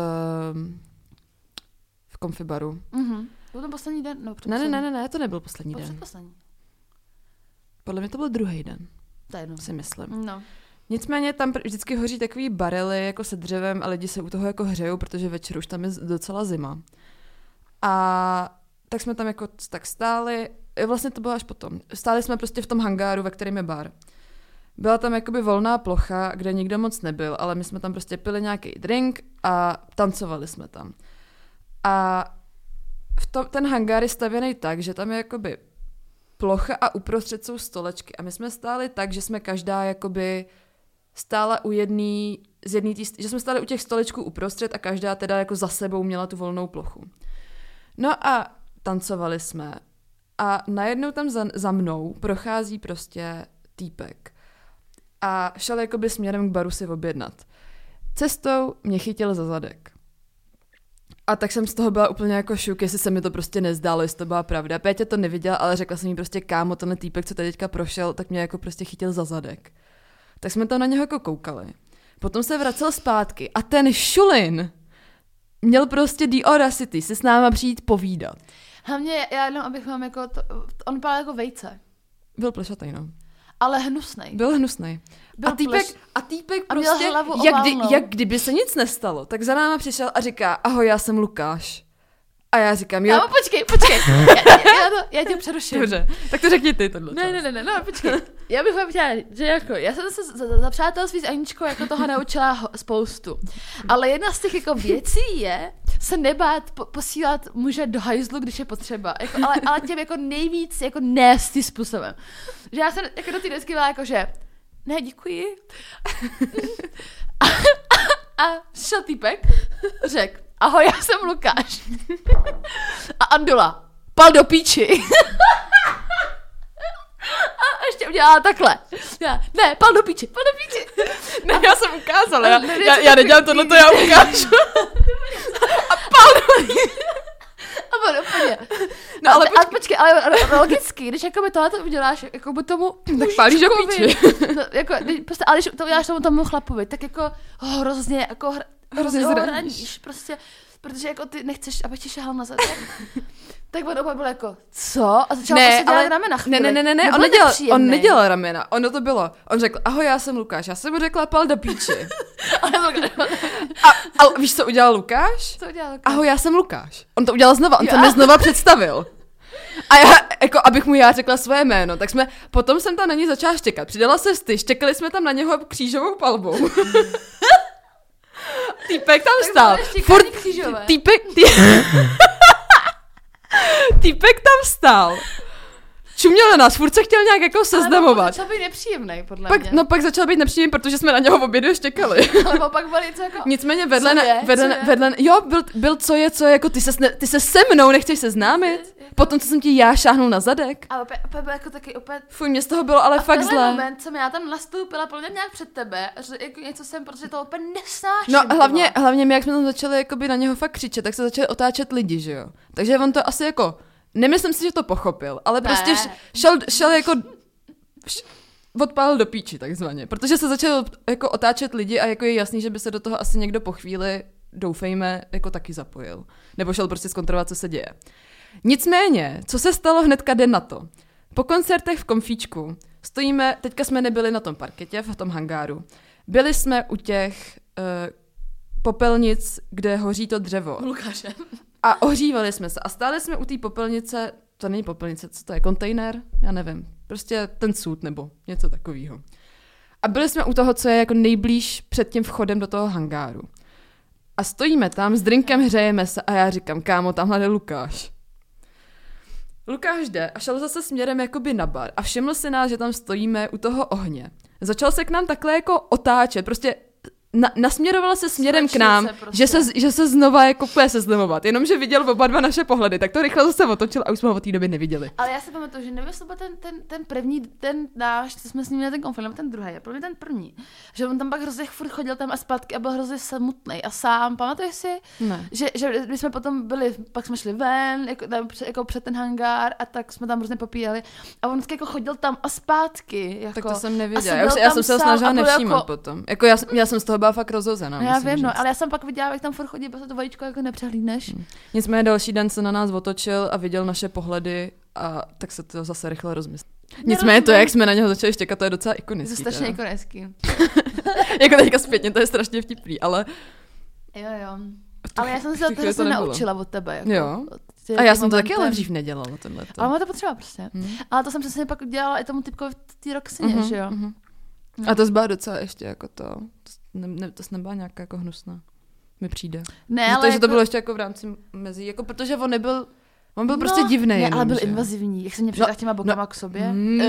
v konfibaru. Mhm. Byl to poslední den? No, ne, ne, ne, ne, ne, to nebyl poslední byl den. Poslední. Podle mě to byl druhý den. To je jedno. Si myslím. No. Nicméně tam vždycky hoří takový barely jako se dřevem a lidi se u toho jako hřejou, protože večer už tam je docela zima. A tak jsme tam jako tak stáli, vlastně to bylo až potom. Stáli jsme prostě v tom hangáru, ve kterém je bar. Byla tam jakoby volná plocha, kde nikdo moc nebyl, ale my jsme tam prostě pili nějaký drink a tancovali jsme tam. A v tom, ten hangár je stavěný tak, že tam je jakoby plocha a uprostřed jsou stolečky. A my jsme stáli tak, že jsme každá jakoby stála u jedný, z jedný tý, že jsme stáli u těch stolečků uprostřed a každá teda jako za sebou měla tu volnou plochu. No a tancovali jsme a najednou tam za, za mnou prochází prostě týpek a šel jakoby směrem k baru si objednat. Cestou mě chytil za zadek. A tak jsem z toho byla úplně jako šuk, jestli se mi to prostě nezdálo, jestli to byla pravda. Pétě to neviděla, ale řekla jsem jí prostě, kámo, tenhle týpek, co tady teďka prošel, tak mě jako prostě chytil za zadek. Tak jsme tam na něho jako koukali. Potom se vracel zpátky a ten šulin měl prostě the audacity si s náma přijít povídat. Hlavně já jenom, abych vám jako, to, on vypadal jako vejce. Byl plešatý, no. Ale hnusnej. Byl hnusnej. Byl a týpek, pleš... a týpek a prostě, hlavu jak, kdy, jak kdyby se nic nestalo, tak za náma přišel a říká, ahoj, já jsem Lukáš. A já říkám, jo. Kámo, počkej, počkej. Já, já, já, to, já tě přeruším. Dobře, tak to řekni ty tohle. Ne, ne, ne, ne, no, počkej. Já bych vám chtěla, že jako, já jsem se za, za, za přátelství s Aničkou jako toho naučila ho, spoustu. Ale jedna z těch jako věcí je se nebát po, posílat muže do hajzlu, když je potřeba. Jako, ale, ale těm jako nejvíc jako nasty způsobem. Že já jsem jako do té desky byla jako, že ne, děkuji. A, a, a šel týpek, řekl, ahoj, já jsem Lukáš. A Andula, pal do píči. A ještě udělala takhle. Já, ne, pal do píči, pal do píči. Ne, já jsem ukázala, já, já, já nedělám tohle, to já ukážu. A pal do píči. A bylo úplně. No, ale počkej, počkej, ale logicky, když jako by tohle to uděláš, jako by tomu tak pálíš do píči. No, jako, prostě, ale když to uděláš tomu tomu chlapovi, tak jako oh, hrozně, jako hr, hrozně ho hraníš, prostě, protože jako ty nechceš, aby ti šahal na zadek. Tak on opak byl jako, co? A začal ne, prostě dělat ale, ramena chvíli. Ne, ne, ne, ne, on nedělal, on nedělal ramena, ono to bylo. On řekl, ahoj, já jsem Lukáš, já jsem mu řekla, pal do píči. a, a víš, co udělal Lukáš? Co udělal Lukáš? Ahoj, já jsem Lukáš. On to udělal znova, on jo. se mi znova představil. A já, jako abych mu já řekla svoje jméno, tak jsme, potom jsem tam na ní začala štěkat. Přidala se styš, čekali jsme tam na něho křížovou palbou. Týpek tam stál. Furt, týpek, tý... týpek tam stál. Čuměl na nás, furt se chtěl nějak jako seznamovat. Ale začal být nepříjemný, podle pak, mě. No pak začal být nepříjemný, protože jsme na něho v obědu štěkali. Ale pak byl něco jako... Nicméně vedle, co na, je, vedle, co je? vedle, jo, byl, byl co je, co je, jako ty se, ty se se mnou nechceš seznámit, jako... potom co jsem ti já šáhnul na zadek. A opět, opět byl jako taky opět... Fuj, mě z toho bylo ale a fakt zlé. A moment jsem já tam nastoupila plně nějak před tebe, že jako něco jsem, protože to opět nesnáším. No hlavně, hlavně my, jak jsme tam začali jakoby na něho fakt křičet, tak se začali otáčet lidi, že jo. Takže on to asi jako... Nemyslím si, že to pochopil, ale ne. prostě šel, šel jako š, odpálil do píči takzvaně, protože se začal jako otáčet lidi a jako je jasný, že by se do toho asi někdo po chvíli, doufejme, jako taky zapojil. Nebo šel prostě zkontrolovat, co se děje. Nicméně, co se stalo hnedka den na to? Po koncertech v Konfíčku stojíme, teďka jsme nebyli na tom parketě, v tom hangáru. Byli jsme u těch uh, popelnic, kde hoří to dřevo. Lukáše. A ohřívali jsme se a stáli jsme u té popelnice, to není popelnice, co to je, kontejner? Já nevím, prostě ten sud nebo něco takového. A byli jsme u toho, co je jako nejblíž před tím vchodem do toho hangáru. A stojíme tam, s drinkem hřejeme se a já říkám, kámo, tamhle je Lukáš. Lukáš jde a šel zase směrem jakoby na bar a všiml si nás, že tam stojíme u toho ohně. Začal se k nám takhle jako otáčet, prostě Na, nasměrovala se směrem Slečnice k nám, prostě. že se, že se znova jako půjde seznamovat, jenomže viděl oba dva naše pohledy, tak to rychle zase otočil a už jsme ho od té doby neviděli. Ale já si pamatuju, že nevím, jestli byl ten, ten, ten první, ten náš, co jsme s ním měli ten konflikt, nebo ten druhý, a pro mě ten první, že on tam pak hrozně furt chodil tam a zpátky a byl hrozně samotný a sám, pamatuješ si? Ne. Že, že my jsme potom byli, pak jsme šli ven, jako, tam, jako před ten hangár a tak jsme tam hrozně popíjeli a on jako chodil tam a zpátky. Jako, tak to jsem neviděla, já, já, já jsem se ho snažila nevšímat jako, povšímat potom. Jako já, já jsem z toho byla fakt rozhozená. No já vím, no, ale já jsem pak viděla, jak tam furt chodí, protože to vajíčko jako nepřehlídneš. Hmm. Nicméně další den se na nás otočil a viděl naše pohledy a tak se to zase rychle rozmyslel. Nicméně to, jak jsme na něho začali štěkat, to je docela ikonický. To je strašně ikonický. Jako teďka zpětně, to je strašně vtipný, ale... Jo, jo. Ale já jsem se to hrozně naučila od tebe. Jako, jo. Tě, a já jsem to taky ale dřív nedělala, tenhleto. Ale má to potřeba prostě. Hmm. Ale to jsem přesně pak dělala i tomu typkovi v té Roxyně, uh-huh, že jo. Uh-huh. No. A to zbyla docela ještě jako to, to, ne, ne, to nebyla nějaká jako hnusná, mi přijde. Ne, že ale to, jako... že to bylo ještě jako v rámci mezi, jako protože on nebyl, on byl no, prostě divnej. Ne, ale byl že? invazivní, jak se mě přitáhl no, těma bokama no, k sobě. Mm,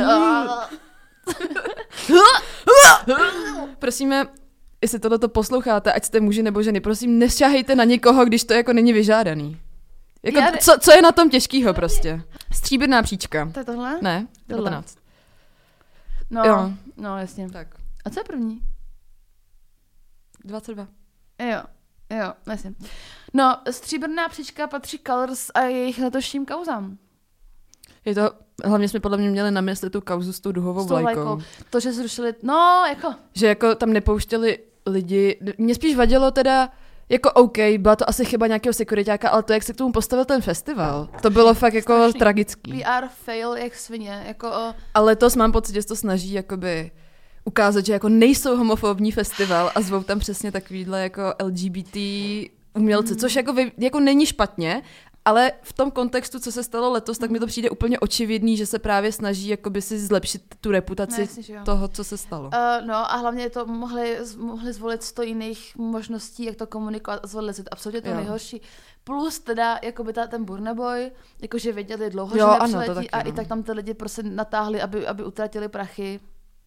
Prosíme, jestli tohleto posloucháte, ať jste muži nebo ženy, prosím, nešahejte na někoho, když to jako není vyžádaný. Jako, Já... co, co je na tom těžkýho prostě? Stříbrná příčka. To je tohle? Ne, devatenáct. No, jo. no jasně. Tak. A co je první? dvacet dva. Jo, jo, jasně. No, stříbrná příčka patří Colors a jejich letošním kauzám. Je to, hlavně jsme podle mě měli na mysli tu kauzu s tou duhovou vlajkou. vlajkou. To, že zrušili, no, jako. Že jako tam nepouštěli lidi, mě spíš vadilo teda, jako OK, byla to asi chyba nějakého sekuritáka, ale to, jak se k tomu postavil ten festival, to bylo fakt jako strašný tragický. P R fail jak svině, jako o... Ale letos mám pocit, že to snaží jakoby ukázat, že jako nejsou homofobní festival a zvou tam přesně takovýhle jako L G B T umělce, mm. což jako, jako není špatně, ale v tom kontextu, co se stalo letos, tak mi to přijde úplně očividný, že se právě snaží jakoby si zlepšit tu reputaci no, toho, co se stalo. Uh, no a hlavně to mohli, mohli zvolit sto jiných možností, jak to komunikovat a zvolili si to absolutně to jo. nejhorší. Plus teda jakoby ta, ten Burna Boy, jakože věděli dlouho, jo, že nepřiletí ano, taky, a no. i tak tam ty lidi prostě natáhli, aby, aby utratili prachy.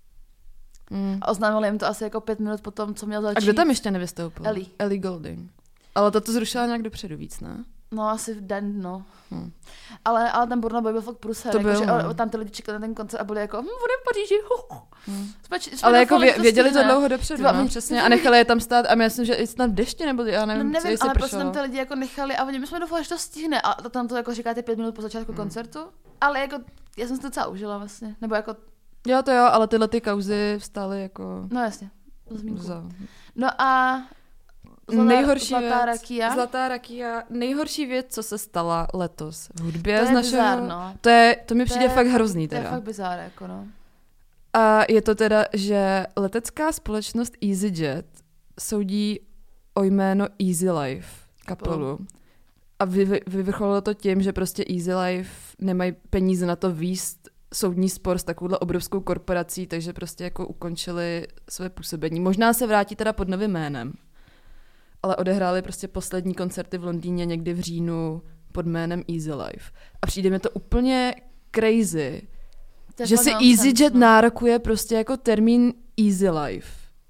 Mm. A oznámili jim to asi jako pět minut potom, co měl začít. A kdo tam ještě nevystoupil? Ellie. Ellie Goulding. Ale to to zrušila nějak dopředu víc, ne? No, asi v den, no. Hmm. Ale, ale ten Burna Boy byl fakt průser. To jako, byl, že, no. tam ty lidi čekali na ten koncert a byli jako, hm, on je v Paříži. Hmm. Jsme, jsme ale jako vě, to věděli stihne. to dlouho dopředu, Třeba, no, přesně. A nechali je tam stát a myslím, že i snad v dešti, nebo já nevím, no, nevím, co ale prostě tam ty lidi jako nechali a oni, my jsme doufali, že to stihne. A to tam to jako říkáte pět minut po začátku hmm. koncertu. Ale jako, já jsem si to docela užila vlastně. Nebo jako... Jo, to jo, ale tyhle ty kauzy vstály jako... No jasně. Za... No a... Zlatá, nejhorší Zlatá věc, rakia. Zlatá rakia, nejhorší věc, co se stala letos v hudbě to z je našeho... bizár, no. To, je, to mi to přijde je, fakt hrozný teda. To je fakt bizár, jako no. A je to teda, že letecká společnost EasyJet soudí o jméno Easy Life kapelu. A vy, vyvrcholilo to tím, že prostě Easy Life nemají peníze na to výst soudní spor s takovouhle obrovskou korporací, takže prostě jako ukončili své působení. Možná se vrátí teda pod novým jménem. Ale odehráli prostě poslední koncerty v Londýně někdy v říjnu pod jménem Easy Life. A přijde mi to úplně crazy, že si EasyJet nárokuje prostě jako termín Easy Life.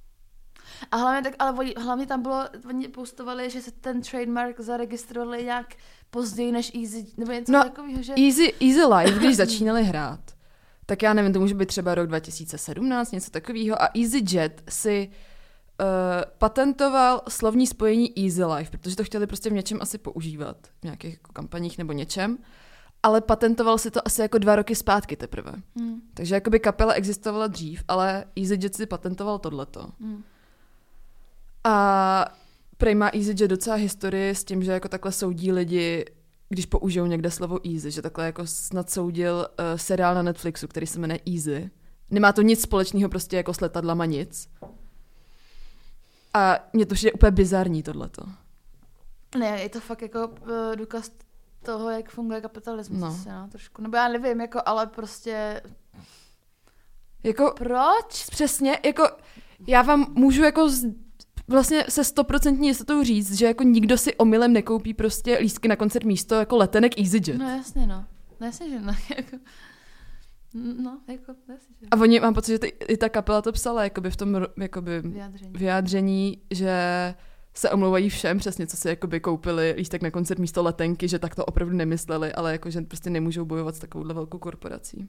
A hlavně, tak, ale hlavně tam bylo, oni postovali, že se ten trademark zaregistrovali nějak později než Easy, nebo něco no, takového, že... Easy, Easy Life, když začínali hrát, tak já nevím, to může být třeba rok dva tisíce sedmnáct, něco takového, a EasyJet si uh, patentoval slovní spojení Easy Life, protože to chtěli prostě v něčem asi používat, v nějakých jako kampaních nebo něčem, ale patentoval si to asi jako dva roky zpátky teprve. Hmm. Takže jakoby kapela existovala dřív, ale EasyJet si patentoval tohleto. Hmm. A prej má EasyJet docela historii s tím, že jako takhle soudí lidi, když použijou někde slovo easy, že takhle jako snad soudil uh, seriál na Netflixu, který se jmenuje Easy. Nemá to nic společného prostě jako s letadlama nic. A mně to přijde úplně bizarní tohleto. Ne, je to fakt jako uh, důkaz toho, jak funguje kapitalismus. No. Asi, no, trošku. Nebo já nevím, jako, ale prostě... Jako... Proč? Přesně, jako... Já vám můžu jako... Z... vlastně se stoprocentní jistotou říct, že jako nikdo si omylem nekoupí prostě lístky na koncert místo jako letenek EasyJet. No jasně, no. No jasně, že no, jako... No, jako, jasně, že... A oni, mám pocit, že ty, i ta kapela to psala, jakoby v tom jakoby vyjádření. vyjádření, že se omlouvají všem přesně, co si jakoby koupili lístek na koncert místo letenky, že tak to opravdu nemysleli, ale jako, že prostě nemůžou bojovat s takovouhle velkou korporací.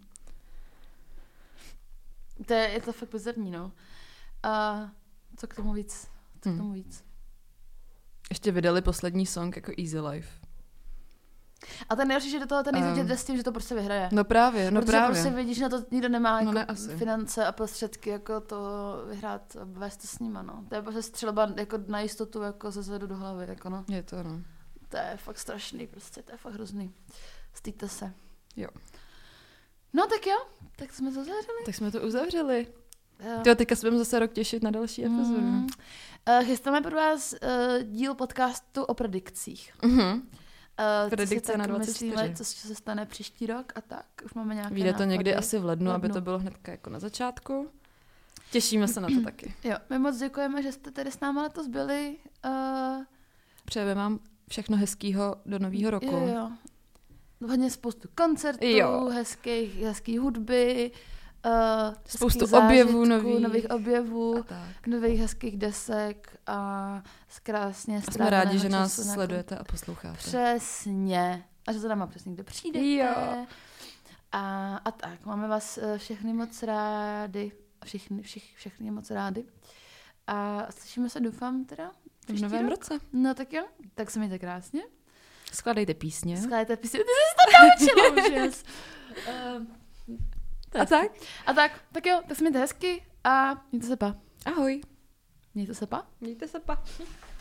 To je, je to fakt bizarní, no. A co k tomu víc? Co hmm. k tomu víc? Ještě vydali poslední song jako Easy Life. A ten nejlepší, že do toho ten Um, jde s tím, že to prostě vyhraje. No právě, no Protože právě. prostě vidíš, že na to nikdo nemá jako no finance a prostředky jako to vyhrát a vést to s nima, no. To je prostě střelba jako na jistotu jako ze zadu do hlavy, jako no. Je to, no. To je fakt strašný, prostě, to je fakt hrozný. Stýďte se. Jo. No tak jo, tak jsme to uzavřeli. Tak jsme to uzavřeli. Jo. Tyjo, teďka se budeme zase rok těšit na další epizodu. Mm. Uh, chystáme pro vás uh, díl podcastu o predikcích. Mhm. Uh, Predikce na dvacet čtyři. Myslíme, co se stane příští rok a tak. Už máme nějaké Vyjde to nápady. někdy asi v lednu, lednu, aby to bylo hnedka jako na začátku. Těšíme se na to taky. Jo, my moc děkujeme, že jste tady s námi letos byli. Uh, Přejeme vám všechno hezkýho do nového roku. Jo, jo. Hodně spoustu koncertů, jo. hezkých, hezký hudby, uh, spoustu zážitků, objevů nových. nových objevů, tak. nových hezkých desek a krásně A jsme stráveného rádi, že nás času na sledujete a posloucháte. Přesně. A že za náma přesně kde přijdete. Jo. A, a tak, máme vás eh, všechny moc rádi. Všichni, všich, všechny moc rádi. A slyšíme se, doufám, teda V novém rok. roce. No tak jo, tak se mějte krásně. Skladejte písně. Skládejte písně. Ty jsi to naučila už, yes. uh, A tak? A tak, tak jo, tak se mějte hezky a mějte se pa. Ahoj. Mějte se pa. Mějte se pa.